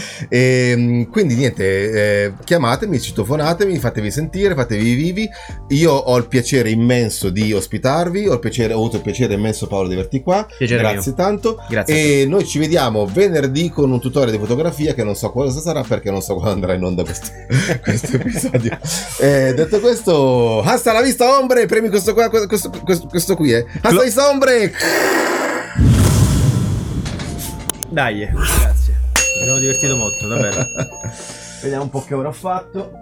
E, quindi niente, eh, chiamatemi, citofonatemi, fatevi sentire, fatevi vivi. Io ho il piacere immenso di ospitarvi, ho, il piacere, ho avuto il piacere immenso Paolo di averti qua. Piacere Grazie mio. tanto. Grazie. E noi ci vediamo venerdì con un tutorial di fotografia che non so cosa sarà perché non so quando andrà in onda questo, questo episodio. Eh, detto questo, hasta la vista ombre, premi questo qua, questo, questo, questo qui, eh. Hasta la vista ombre. Dai, grazie. Mi sono divertito molto, davvero. Vediamo un po' che ora ho fatto.